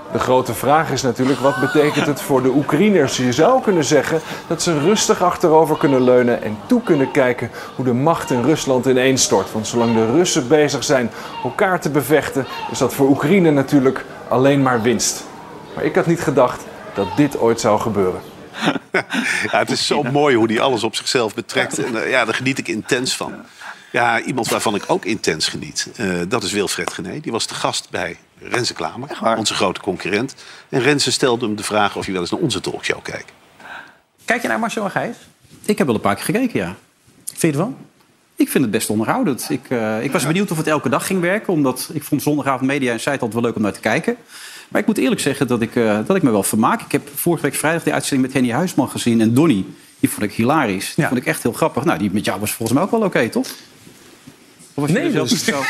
De grote vraag is natuurlijk, wat betekent het voor de Oekraïners? Je zou kunnen zeggen dat ze rustig achterover kunnen leunen en toe kunnen kijken hoe de macht in Rusland ineenstort. Want zolang de Russen bezig zijn elkaar te bevechten, is dat voor Oekraïne natuurlijk alleen maar winst. Maar ik had niet gedacht dat dit ooit zou gebeuren. Ja, het is zo mooi hoe hij alles op zichzelf betrekt. En uh, ja, daar geniet ik intens van. Ja, iemand waarvan ik ook intens geniet, uh, dat is Wilfred Genee. Die was de gast bij Renze Klamer, onze grote concurrent. En Renze stelde hem de vraag of hij wel eens naar onze talkshow kijkt. Kijk je naar Marcel en Gijs? Ik heb wel een paar keer gekeken, ja. Vind je het wel? Ik vind het best onderhoudend. Ik, uh, ik was benieuwd of het elke dag ging werken. Omdat ik vond Zondagavond Media en Site altijd wel leuk om naar te kijken. Maar ik moet eerlijk zeggen dat ik, uh, dat ik me wel vermaak. Ik heb vorige week vrijdag die uitzending met Henny Huisman gezien. En Donnie, die vond ik hilarisch. Die ja. vond ik echt heel grappig. Nou, die met jou was volgens mij ook wel oké, okay, toch? Of was je nee, zelf niet zo...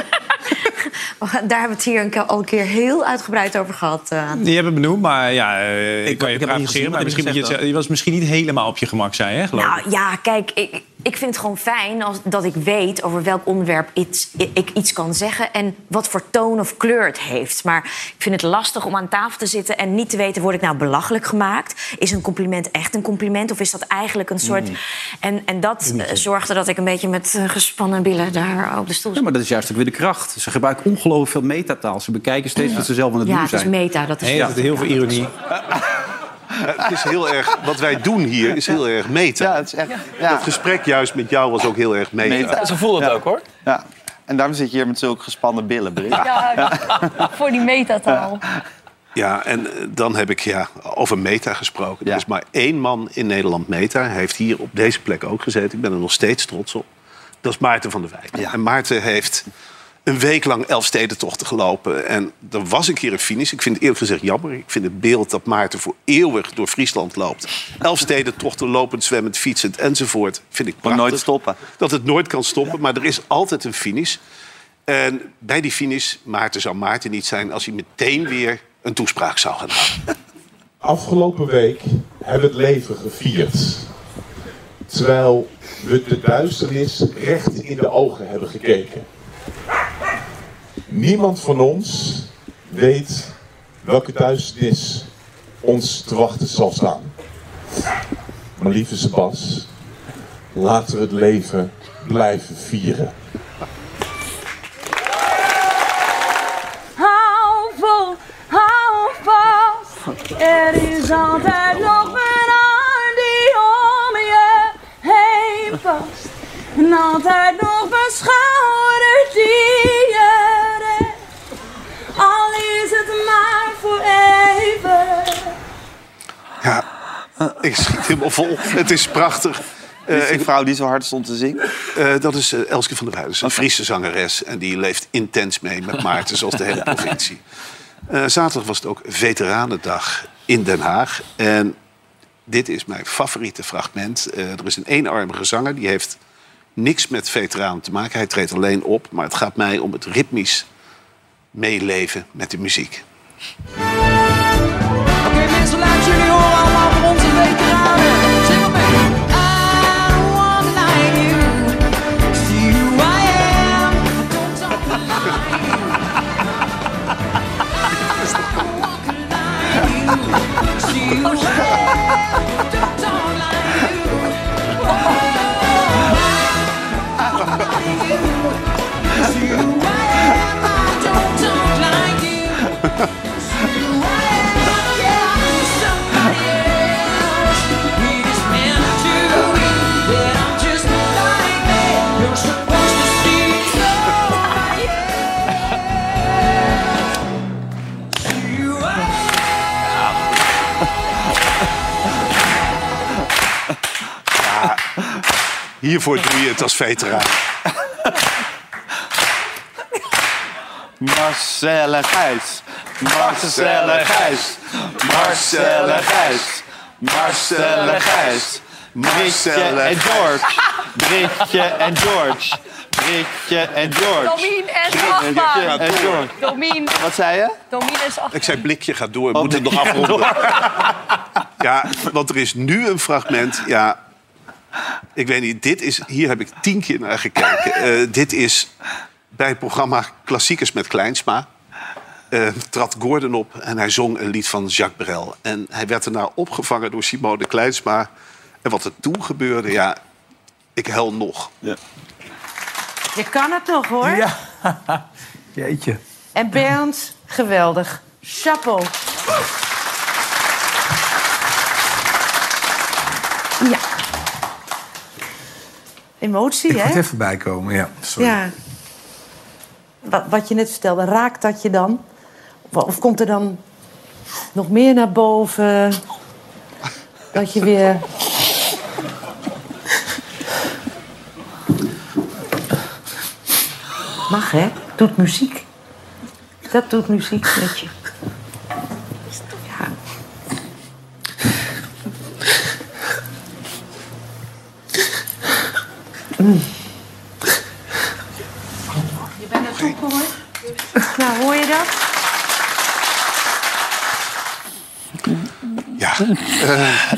Daar hebben we het hier al een keer heel uitgebreid over gehad. Uh. Je hebt het benoemd, maar ja, uh, ik, ik kan je ik vragen gezien, maar misschien je, het, je was misschien niet helemaal op je gemak, zei hè? Geloof nou ik. ja, kijk, ik, ik vind het gewoon fijn als, dat ik weet over welk onderwerp iets, ik iets kan zeggen en wat voor toon of kleur het heeft. Maar ik vind het lastig om aan tafel te zitten en niet te weten, word ik nou belachelijk gemaakt? Is een compliment echt een compliment of is dat eigenlijk een soort... Mm. En, en dat uh, zorgde dat ik een beetje met uh, gespannen billen daar op de stoel zat. Ja, maar dat is juist ook weer de kracht. Ze gebruiken ongelooflijk veel metataal. Ze bekijken steeds wat ze zelf aan het ja, doen zijn. Ja, het is meta. Dat is ja, heel veel ironie. Het is heel erg, wat wij doen hier is heel erg meta. Ja, het is echt, ja. Het gesprek juist met jou was ook heel erg meta. meta. Ze voelen het ja. ook, hoor. Ja. En daarom zit je hier met zulke gespannen billen, Britt. Ja, ja. Voor die metataal. Ja. Ja, en dan heb ik ja, over meta gesproken. Ja. Er is maar één man in Nederland meta. Hij heeft hier op deze plek ook gezeten. Ik ben er nog steeds trots op. Dat is Maarten van der Wijk. Ja. En Maarten heeft een week lang Elfstedentochten gelopen. En er was een keer een finish. Ik vind het eerlijk gezegd jammer. Ik vind het beeld dat Maarten voor eeuwig door Friesland loopt. Elfstedentochten, lopend, zwemmend, fietsend enzovoort. Vind ik prachtig. Nooit stoppen. Dat het nooit kan stoppen, maar er is altijd een finish. En bij die finish, Maarten zou Maarten niet zijn als hij meteen weer een toespraak zou gaan houden. Afgelopen week hebben we het leven gevierd. Terwijl we de duisternis recht in de ogen hebben gekeken. Niemand van ons weet welke duisternis ons te wachten zal staan. Maar lieve Sebas, laten we het leven blijven vieren. Hou vol, hou vast. Er is altijd nog een arm die om je heen past. En altijd nog een schouder die je redt. Al is het maar voor even. Ja, ik schiet helemaal vol. Het is prachtig. Wie is die vrouw die zo hard stond te zingen? Uh, dat is uh, Elske van der Weijden. Een okay. Friese zangeres. En die leeft intens mee met Maarten, zoals de hele provincie. Uh, zaterdag was het ook Veteranendag in Den Haag. En dit is mijn favoriete fragment. Uh, er is een eenarmige zanger. Die heeft niks met veteranen te maken. Hij treedt alleen op. Maar het gaat mij om het ritmisch meeleven met de muziek. Oké, okay, mensen, laat jullie horen allemaal voor onze veteranen. Zing op mee. I wanna like you. See who I am. Don't talk like you. I walk like you. See who I am. Don't talk like you. Oh, I wanna like you. See who I am. I don't talk like you. Hiervoor doe je het als veteraan. Marcelle Gijs. Marcelle Gijs. Marcelle Gijs. Marcelle Gijs. Britje en George. Britje en George. Britje en George. Domien en Achtbaan. En George. Domien. Wat zei je? Domien en Achtbaan. Ik zei blikje gaat door. We moeten het nog afronden. Ja, want er is nu een fragment. Ja, ik weet niet. Dit is, hier heb ik tien keer naar gekeken. Uh, dit is bij het programma Klassiekers met Kleinsma. uh, trad Gordon op en hij zong een lied van Jacques Brel. En hij werd daarna opgevangen door Simone Kleinsma. En wat er toen gebeurde, ja, ik huil nog. Ja. Je kan het nog, hoor. Ja, jeetje. En Bernd, geweldig. Chapeau. Ja. Emotie, ik hè? Ik moet even bijkomen, ja. Sorry. Ja. Wat, wat je net vertelde, raakt dat je dan? Of, of komt er dan nog meer naar boven? Dat je weer... Mag, hè? Doet muziek. Dat doet muziek met je. Ja. Mm. Je bent er top, hoor. Nou, hoor je dat? Ja. Uh,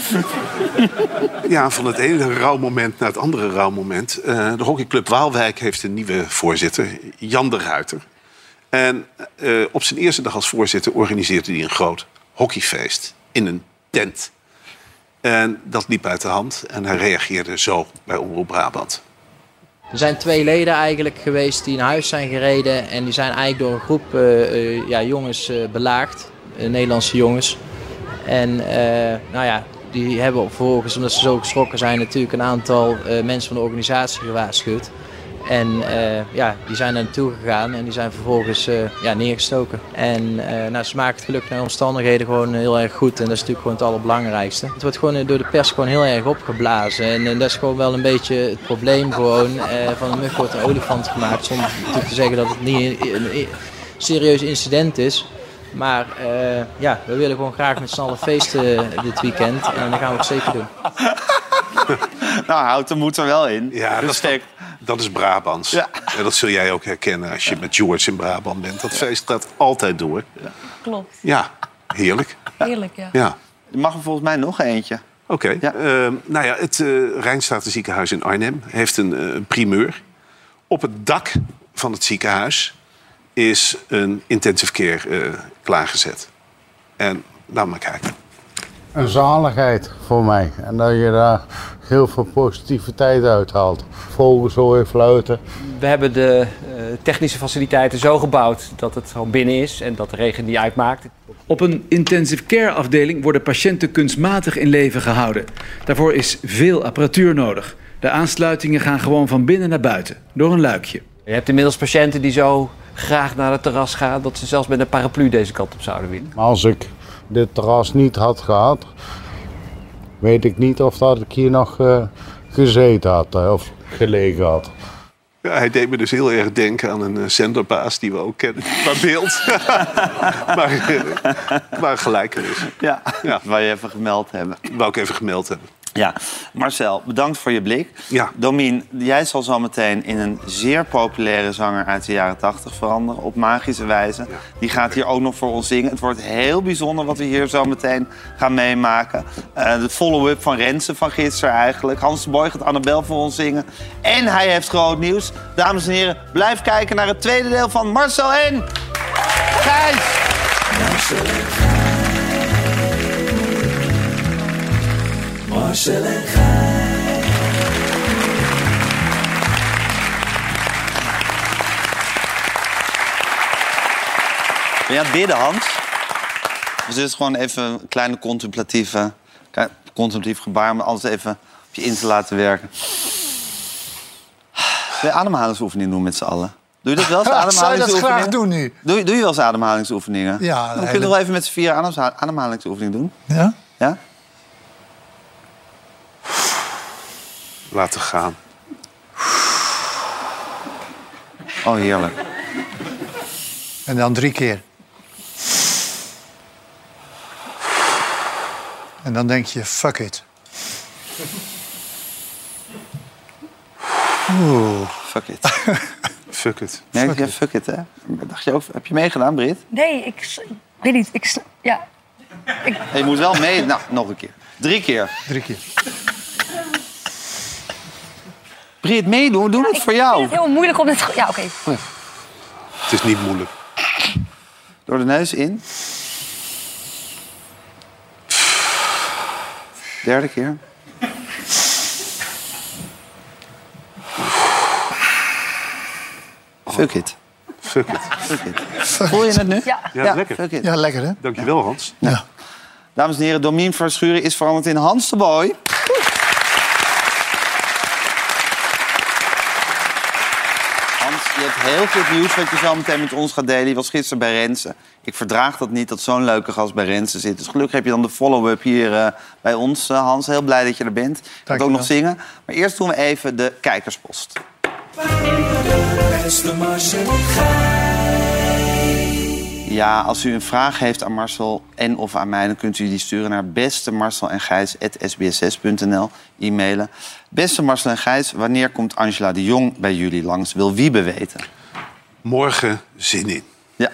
ja, van het ene rouwmoment naar het andere rouwmoment. Uh, de hockeyclub Waalwijk heeft een nieuwe voorzitter, Jan de Ruiter. En uh, op zijn eerste dag als voorzitter organiseerde hij een groot hockeyfeest in een tent. En dat liep uit de hand en hij reageerde zo bij Omroep Brabant. Er zijn twee leden eigenlijk geweest die naar huis zijn gereden. En die zijn eigenlijk door een groep uh, uh, ja, jongens uh, belaagd. Uh, Nederlandse jongens. En uh, nou ja, die hebben vervolgens, omdat ze zo geschrokken zijn, natuurlijk een aantal uh, mensen van de organisatie gewaarschuwd. En uh, ja, die zijn er naartoe gegaan en die zijn vervolgens uh, ja, neergestoken. En uh, nou, ze maken het gelukkig naar omstandigheden gewoon heel erg goed. En dat is natuurlijk gewoon het allerbelangrijkste. Het wordt gewoon door de pers gewoon heel erg opgeblazen. En, en dat is gewoon wel een beetje het probleem gewoon. Uh, van een mug wordt een olifant gemaakt. Zonder natuurlijk te zeggen dat het niet een, een, een serieus incident is. Maar uh, ja, we willen gewoon graag met z'n allen feesten dit weekend. En dat gaan we ook zeker doen. Nou, Houten moet er wel in. Ja, dat is, dat, dat is Brabants. Ja. En dat zul jij ook herkennen als je met George in Brabant bent. Dat feest gaat altijd door. Ja. Klopt. Ja, heerlijk. Heerlijk, ja. Ja. Er mag er volgens mij nog eentje. Oké. Okay. Ja. Uh, nou ja, het uh, Rijnstatenziekenhuis in Arnhem heeft een, uh, een primeur. Op het dak van het ziekenhuis is een intensive care uh, klaargezet. En laat maar kijken. Een zaligheid voor mij. En dat je daar heel veel positiviteit uithaalt. Vogels horen fluiten. We hebben de uh, technische faciliteiten zo gebouwd dat het gewoon binnen is en dat de regen niet uitmaakt. Op een intensive care afdeling worden patiënten kunstmatig in leven gehouden. Daarvoor is veel apparatuur nodig. De aansluitingen gaan gewoon van binnen naar buiten, door een luikje. Je hebt inmiddels patiënten die zo graag naar het terras gaan dat ze zelfs met een paraplu deze kant op zouden willen. Maar als ik dit terras niet had gehad, weet ik niet of dat ik hier nog uh, gezeten had uh, of gelegen had. Ja, hij deed me dus heel erg denken aan een uh, zenderbaas die we ook kennen. Maar beeld. maar, uh, maar gelijk er is. Ja, ja, waar je even gemeld hebben. Wou ik even gemeld hebben. Ja, Marcel, bedankt voor je blik. Ja. Domien, jij zal zo meteen in een zeer populaire zanger uit de jaren tachtig veranderen. Op magische wijze. Ja. Die gaat hier ook nog voor ons zingen. Het wordt heel bijzonder wat we hier zo meteen gaan meemaken. Uh, de follow-up van Renze van gisteren eigenlijk. Hans de Boy gaat Annabel voor ons zingen. En hij heeft groot nieuws. Dames en heren, blijf kijken naar het tweede deel van Marcel en Gijs. Marcel en Gijs. Marcel en Gijs. Ben je aan het bidden, Hans? Dus dit is gewoon even een kleine contemplatieve, contemplatief gebaar... om alles even op je in te laten werken. Wil je ademhalingsoefening doen met z'n allen? Doe je dat wel eens, ademhalingsoefeningen? Zou je dat graag doen nu? Doe, doe je wel eens ademhalingsoefeningen? Ja. Dan kun je nog wel even met z'n vier ademhalingsoefening doen. Ja? Ja? Laten gaan. Oh, heerlijk. En dan drie keer. En dan denk je, fuck it. Oeh, fuck it. Fuck it. Nee, fuck ja, it. fuck it, hè? Dacht je ook, heb je meegedaan, Brit? Nee, ik, ik weet niet. Ik, ja. Ik... Je moet wel mee. Nou, nog een keer. Drie keer. Drie keer. Brit, meedoen, doe ja, het ik voor jou. Ik vind het heel moeilijk om het... Ja, oké. Okay. Het is niet moeilijk. Door de neus in. Derde keer. Fuck it. Fuck it. Fuck it. Voel je het nu? Ja. Ja, lekker. Fuck it. Ja, lekker hè? Dankjewel, Hans. Ja. Dames en heren, Domien Verschuren is veranderd in Hans de Boy. Hans, je hebt heel goed nieuws wat je zo meteen met ons gaat delen. Je was gisteren bij Renze. Ik verdraag dat niet, dat zo'n leuke gast bij Renze zit. Dus gelukkig heb je dan de follow-up hier uh, bij ons, uh, Hans. Heel blij dat je er bent. Je gaat ook nog zingen. Maar eerst doen we even de kijkerspost. Beste Marcel Gijs. Ja, als u een vraag heeft aan Marcel en of aan mij... dan kunt u die sturen naar beste marcel en gijs apenstaartje s b s zes punt n l. E-mailen. Beste Marcel en Gijs, wanneer komt Angela de Jong bij jullie langs? Wil Wiebe weten? Morgen zin in. Ja.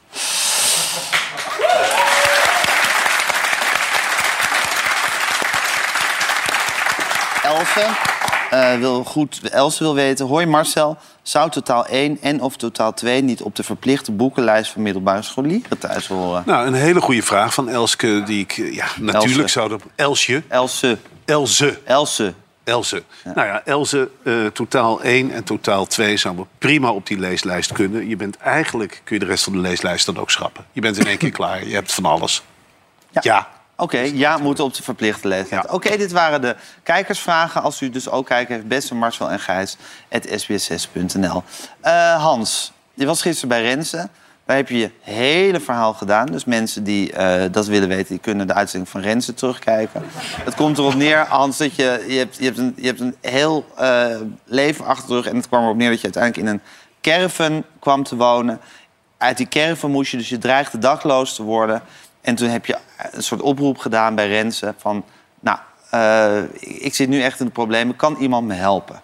Else uh, wil goed. Else wil weten. Hoi Marcel, zou totaal één en of totaal twee niet op de verplichte boekenlijst van middelbare scholieren thuis horen? Nou, een hele goede vraag van Elske, die ik ja, natuurlijk Else. zou... Dat, Elsje. Else. Elze. Else. Elze. Ja. Nou ja, Elze, uh, totaal één en totaal twee zouden prima op die leeslijst kunnen. Je bent eigenlijk, kun je de rest van de leeslijst dan ook schrappen. Je bent in één keer klaar, je hebt van alles. Ja. ja. Oké, okay, ja, moeten op de verplichte leeftijd. Ja. Oké, okay, dit waren de kijkersvragen. Als u dus ook kijkt heeft, beste Marcel en Gijs, apenstaartje s b s zes punt n l. Uh, Hans, je was gisteren bij Renze. Daar heb je je hele verhaal gedaan. Dus mensen die uh, dat willen weten, die kunnen de uitzending van Renze terugkijken. Het komt erop neer, Hans, dat je, je, hebt, je, hebt, een, je hebt een heel uh, leven achter de rug. En het kwam erop neer dat je uiteindelijk in een caravan kwam te wonen. Uit die caravan moest je dus, je dreigde dakloos te worden. En toen heb je een soort oproep gedaan bij Renze van... nou, uh, ik zit nu echt in de problemen. Kan iemand me helpen?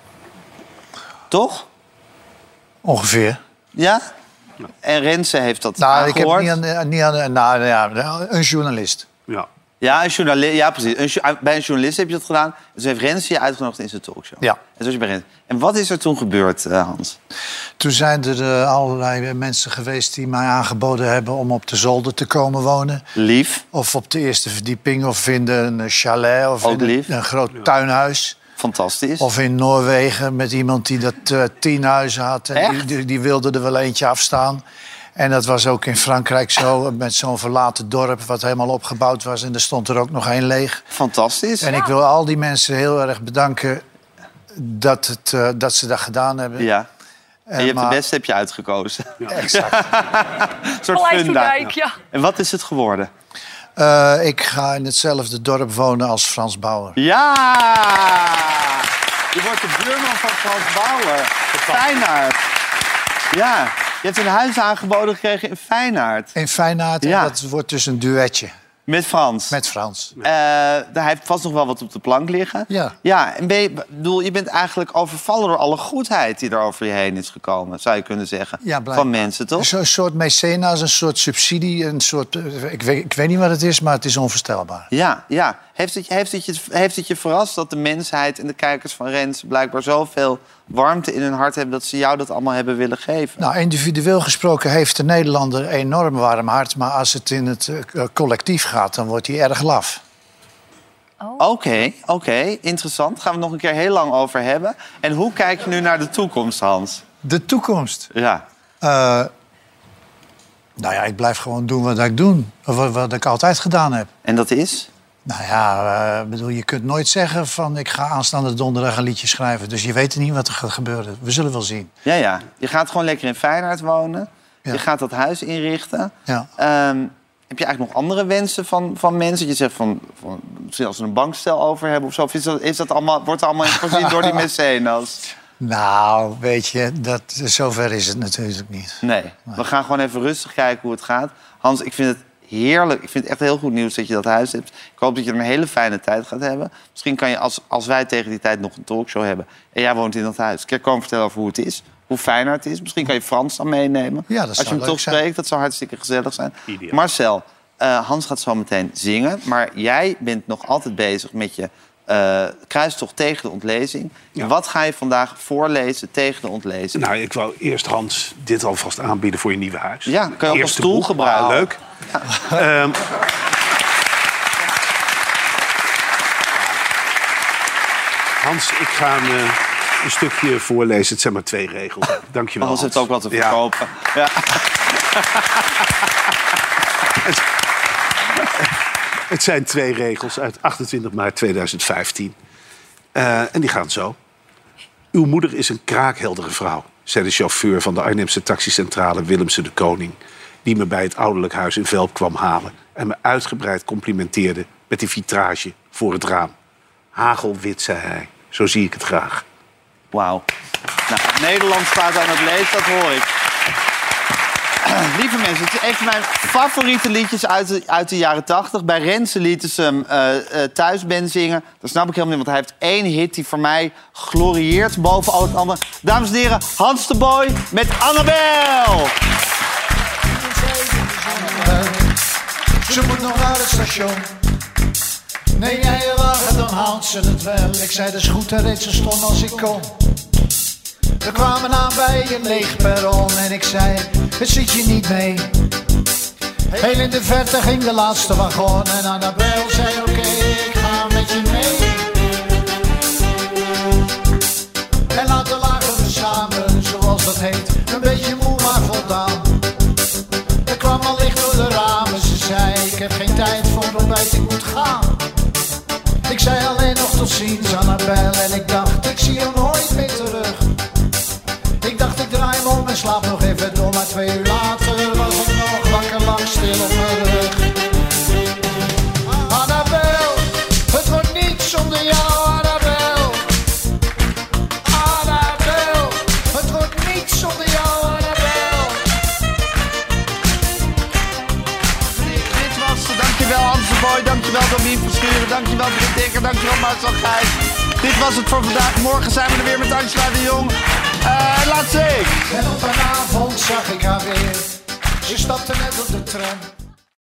Toch? Ongeveer. Ja? En Renze heeft dat nou, aangehoord. Ik heb niet aan, niet aan nou, ja, een journalist. Ja. Ja, een journalist, ja precies. Een, bij een journalist heb je dat gedaan. Dus heeft Renze je uitgenodigd in zijn talkshow. Ja. En, zo was je bij Renze. En wat is er toen gebeurd, uh, Hans? Toen zijn er uh, allerlei mensen geweest die mij aangeboden hebben... om op de zolder te komen wonen. Lief. Of op de eerste verdieping, of vinden een chalet, of ook in lief. Een, een groot tuinhuis. Fantastisch. Of in Noorwegen met iemand die dat uh, tien huizen had. En die, die, die wilde er wel eentje afstaan. En dat was ook in Frankrijk zo, met zo'n verlaten dorp... wat helemaal opgebouwd was. En er stond er ook nog één leeg. Fantastisch. En ik wil al die mensen heel erg bedanken dat, het, uh, dat ze dat gedaan hebben. Ja. En je hebt maar... de beste heb je uitgekozen. Ja. Exact. Een soort funda. Ja. En wat is het geworden? Uh, ik ga in hetzelfde dorp wonen als Frans Bauer. Ja! Je wordt de buurman van Frans Bauer. Feyenoord. Ja, je hebt een huis aangeboden gekregen in Feyenoord. In Feyenoord, ja. En dat wordt dus een duetje. Met Frans? Met Frans. Uh, daar heeft vast nog wel wat op de plank liggen. Ja. Ja, en ben je, bedoel, je bent eigenlijk overvallen door alle goedheid die er over je heen is gekomen, zou je kunnen zeggen. Ja, van mensen, toch? Zo'n soort mecena's, een soort subsidie, een soort... Ik weet, ik weet niet wat het is, maar het is onvoorstelbaar. Ja, ja. Heeft het, heeft, het je, heeft het je verrast dat de mensheid en de kijkers van Renze blijkbaar zoveel warmte in hun hart hebben dat ze jou dat allemaal hebben willen geven? Nou, individueel gesproken heeft de Nederlander een enorm warm hart, maar als het in het uh, collectief gaat, dan wordt hij erg laf. Oké, oh. oké. Okay, okay. Interessant. Daar gaan we het nog een keer heel lang over hebben. En hoe kijk je nu naar de toekomst, Hans? De toekomst? Ja. Uh, nou ja, ik blijf gewoon doen wat ik doe. Of wat, wat ik altijd gedaan heb. En dat is? Nou ja, uh, bedoel, je kunt nooit zeggen van... ik ga aanstaande donderdag een liedje schrijven. Dus je weet niet wat er gaat gebeuren. We zullen wel zien. Ja, ja. Je gaat gewoon lekker in Feyenoord wonen. Ja. Je gaat dat huis inrichten. Ja. Um, heb je eigenlijk nog andere wensen van, van mensen? Je zegt van, van misschien als ze een bankstel over hebben of zo. Of is dat, is dat allemaal, wordt het allemaal voorzien door die mecenas? Nou, weet je, dat, zover is het natuurlijk niet. Nee, nee, we gaan gewoon even rustig kijken hoe het gaat. Hans, ik vind het heerlijk. Ik vind het echt heel goed nieuws dat je dat huis hebt. Ik hoop dat je er een hele fijne tijd gaat hebben. Misschien kan je, als, als wij tegen die tijd nog een talkshow hebben... en jij woont in dat huis, kun je komen vertellen over hoe het is? Hoe fijn het is? Misschien kan je Frans dan meenemen. Ja, dat als je zou hem toch zijn. spreekt, dat zou hartstikke gezellig zijn. Ideaal. Marcel, uh, Hans gaat zo meteen zingen. Maar jij bent nog altijd bezig met je uh, kruistocht tegen de ontlezing. Ja. Wat ga je vandaag voorlezen tegen de ontlezing? Nou, ik wou eerst, Hans, dit alvast aanbieden voor je nieuwe huis. Ja, kan je ook een stoel boek. gebruiken. Ah, leuk. Ja. Um, Hans, ik ga een, uh, een stukje voorlezen. Het zijn maar twee regels. Dank je wel, Hans. Hans heeft ook wat te verkopen. Ja. Ja. het, het zijn twee regels uit achtentwintig maart tweeduizend vijftien. Uh, en die gaan zo. Uw moeder is een kraakheldere vrouw, zei de chauffeur van de Arnhemse taxicentrale Willemse de Koning, die me bij het ouderlijk huis in Velp kwam halen en me uitgebreid complimenteerde met die vitrage voor het raam. Hagelwit, zei hij. Zo zie ik het graag. Wauw. Nou, Nederland staat aan het lezen, dat hoor ik. Lieve mensen, het is een van mijn favoriete liedjes uit de, uit de jaren tachtig. Bij Renze lieten ze hem uh, uh, thuis ben zingen. Dat snap ik helemaal niet, want hij heeft één hit die voor mij glorieert boven al het andere. Dames en heren, Hans de Boy met Annabel. Ze moet nog naar het station. Nee, jij je wagen, dan haalt ze het wel. Ik zei, de scooter reed zo stom als ik kon. We kwamen aan bij een leeg perron en ik zei, het zit je niet mee. Heel in de verte ging de laatste wagon en Annabel zei, oké, okay, ik ga met je mee. En later lagen we samen, zoals dat heet, een beetje moe maar voldaan. Er kwam al licht door de ramen, ze zei, ik heb geen tijd voor ontbijt, ik moet gaan. Ik zei alleen nog tot ziens, Annabel, en ik dacht, ik zie je nooit meer terug. Ik dacht, ik draai me om en slaap nog even door, maar twee uur later was ik nog wakker, lag stil op mijn rug. Annabel, het wordt niet zonder jou, Annabel. Annabel, het wordt niet zonder jou, Annabel. Dit was het. Dankjewel Hans de Boy, dankjewel Domien Verschuren, dankjewel Britt Dekker, dankjewel Marcel Gijs. Dit was het voor vandaag. Morgen zijn we er weer met Angela de Jong. Uh, laat zien. En op een avond zag ik haar weer. Ze stapte net op de tram.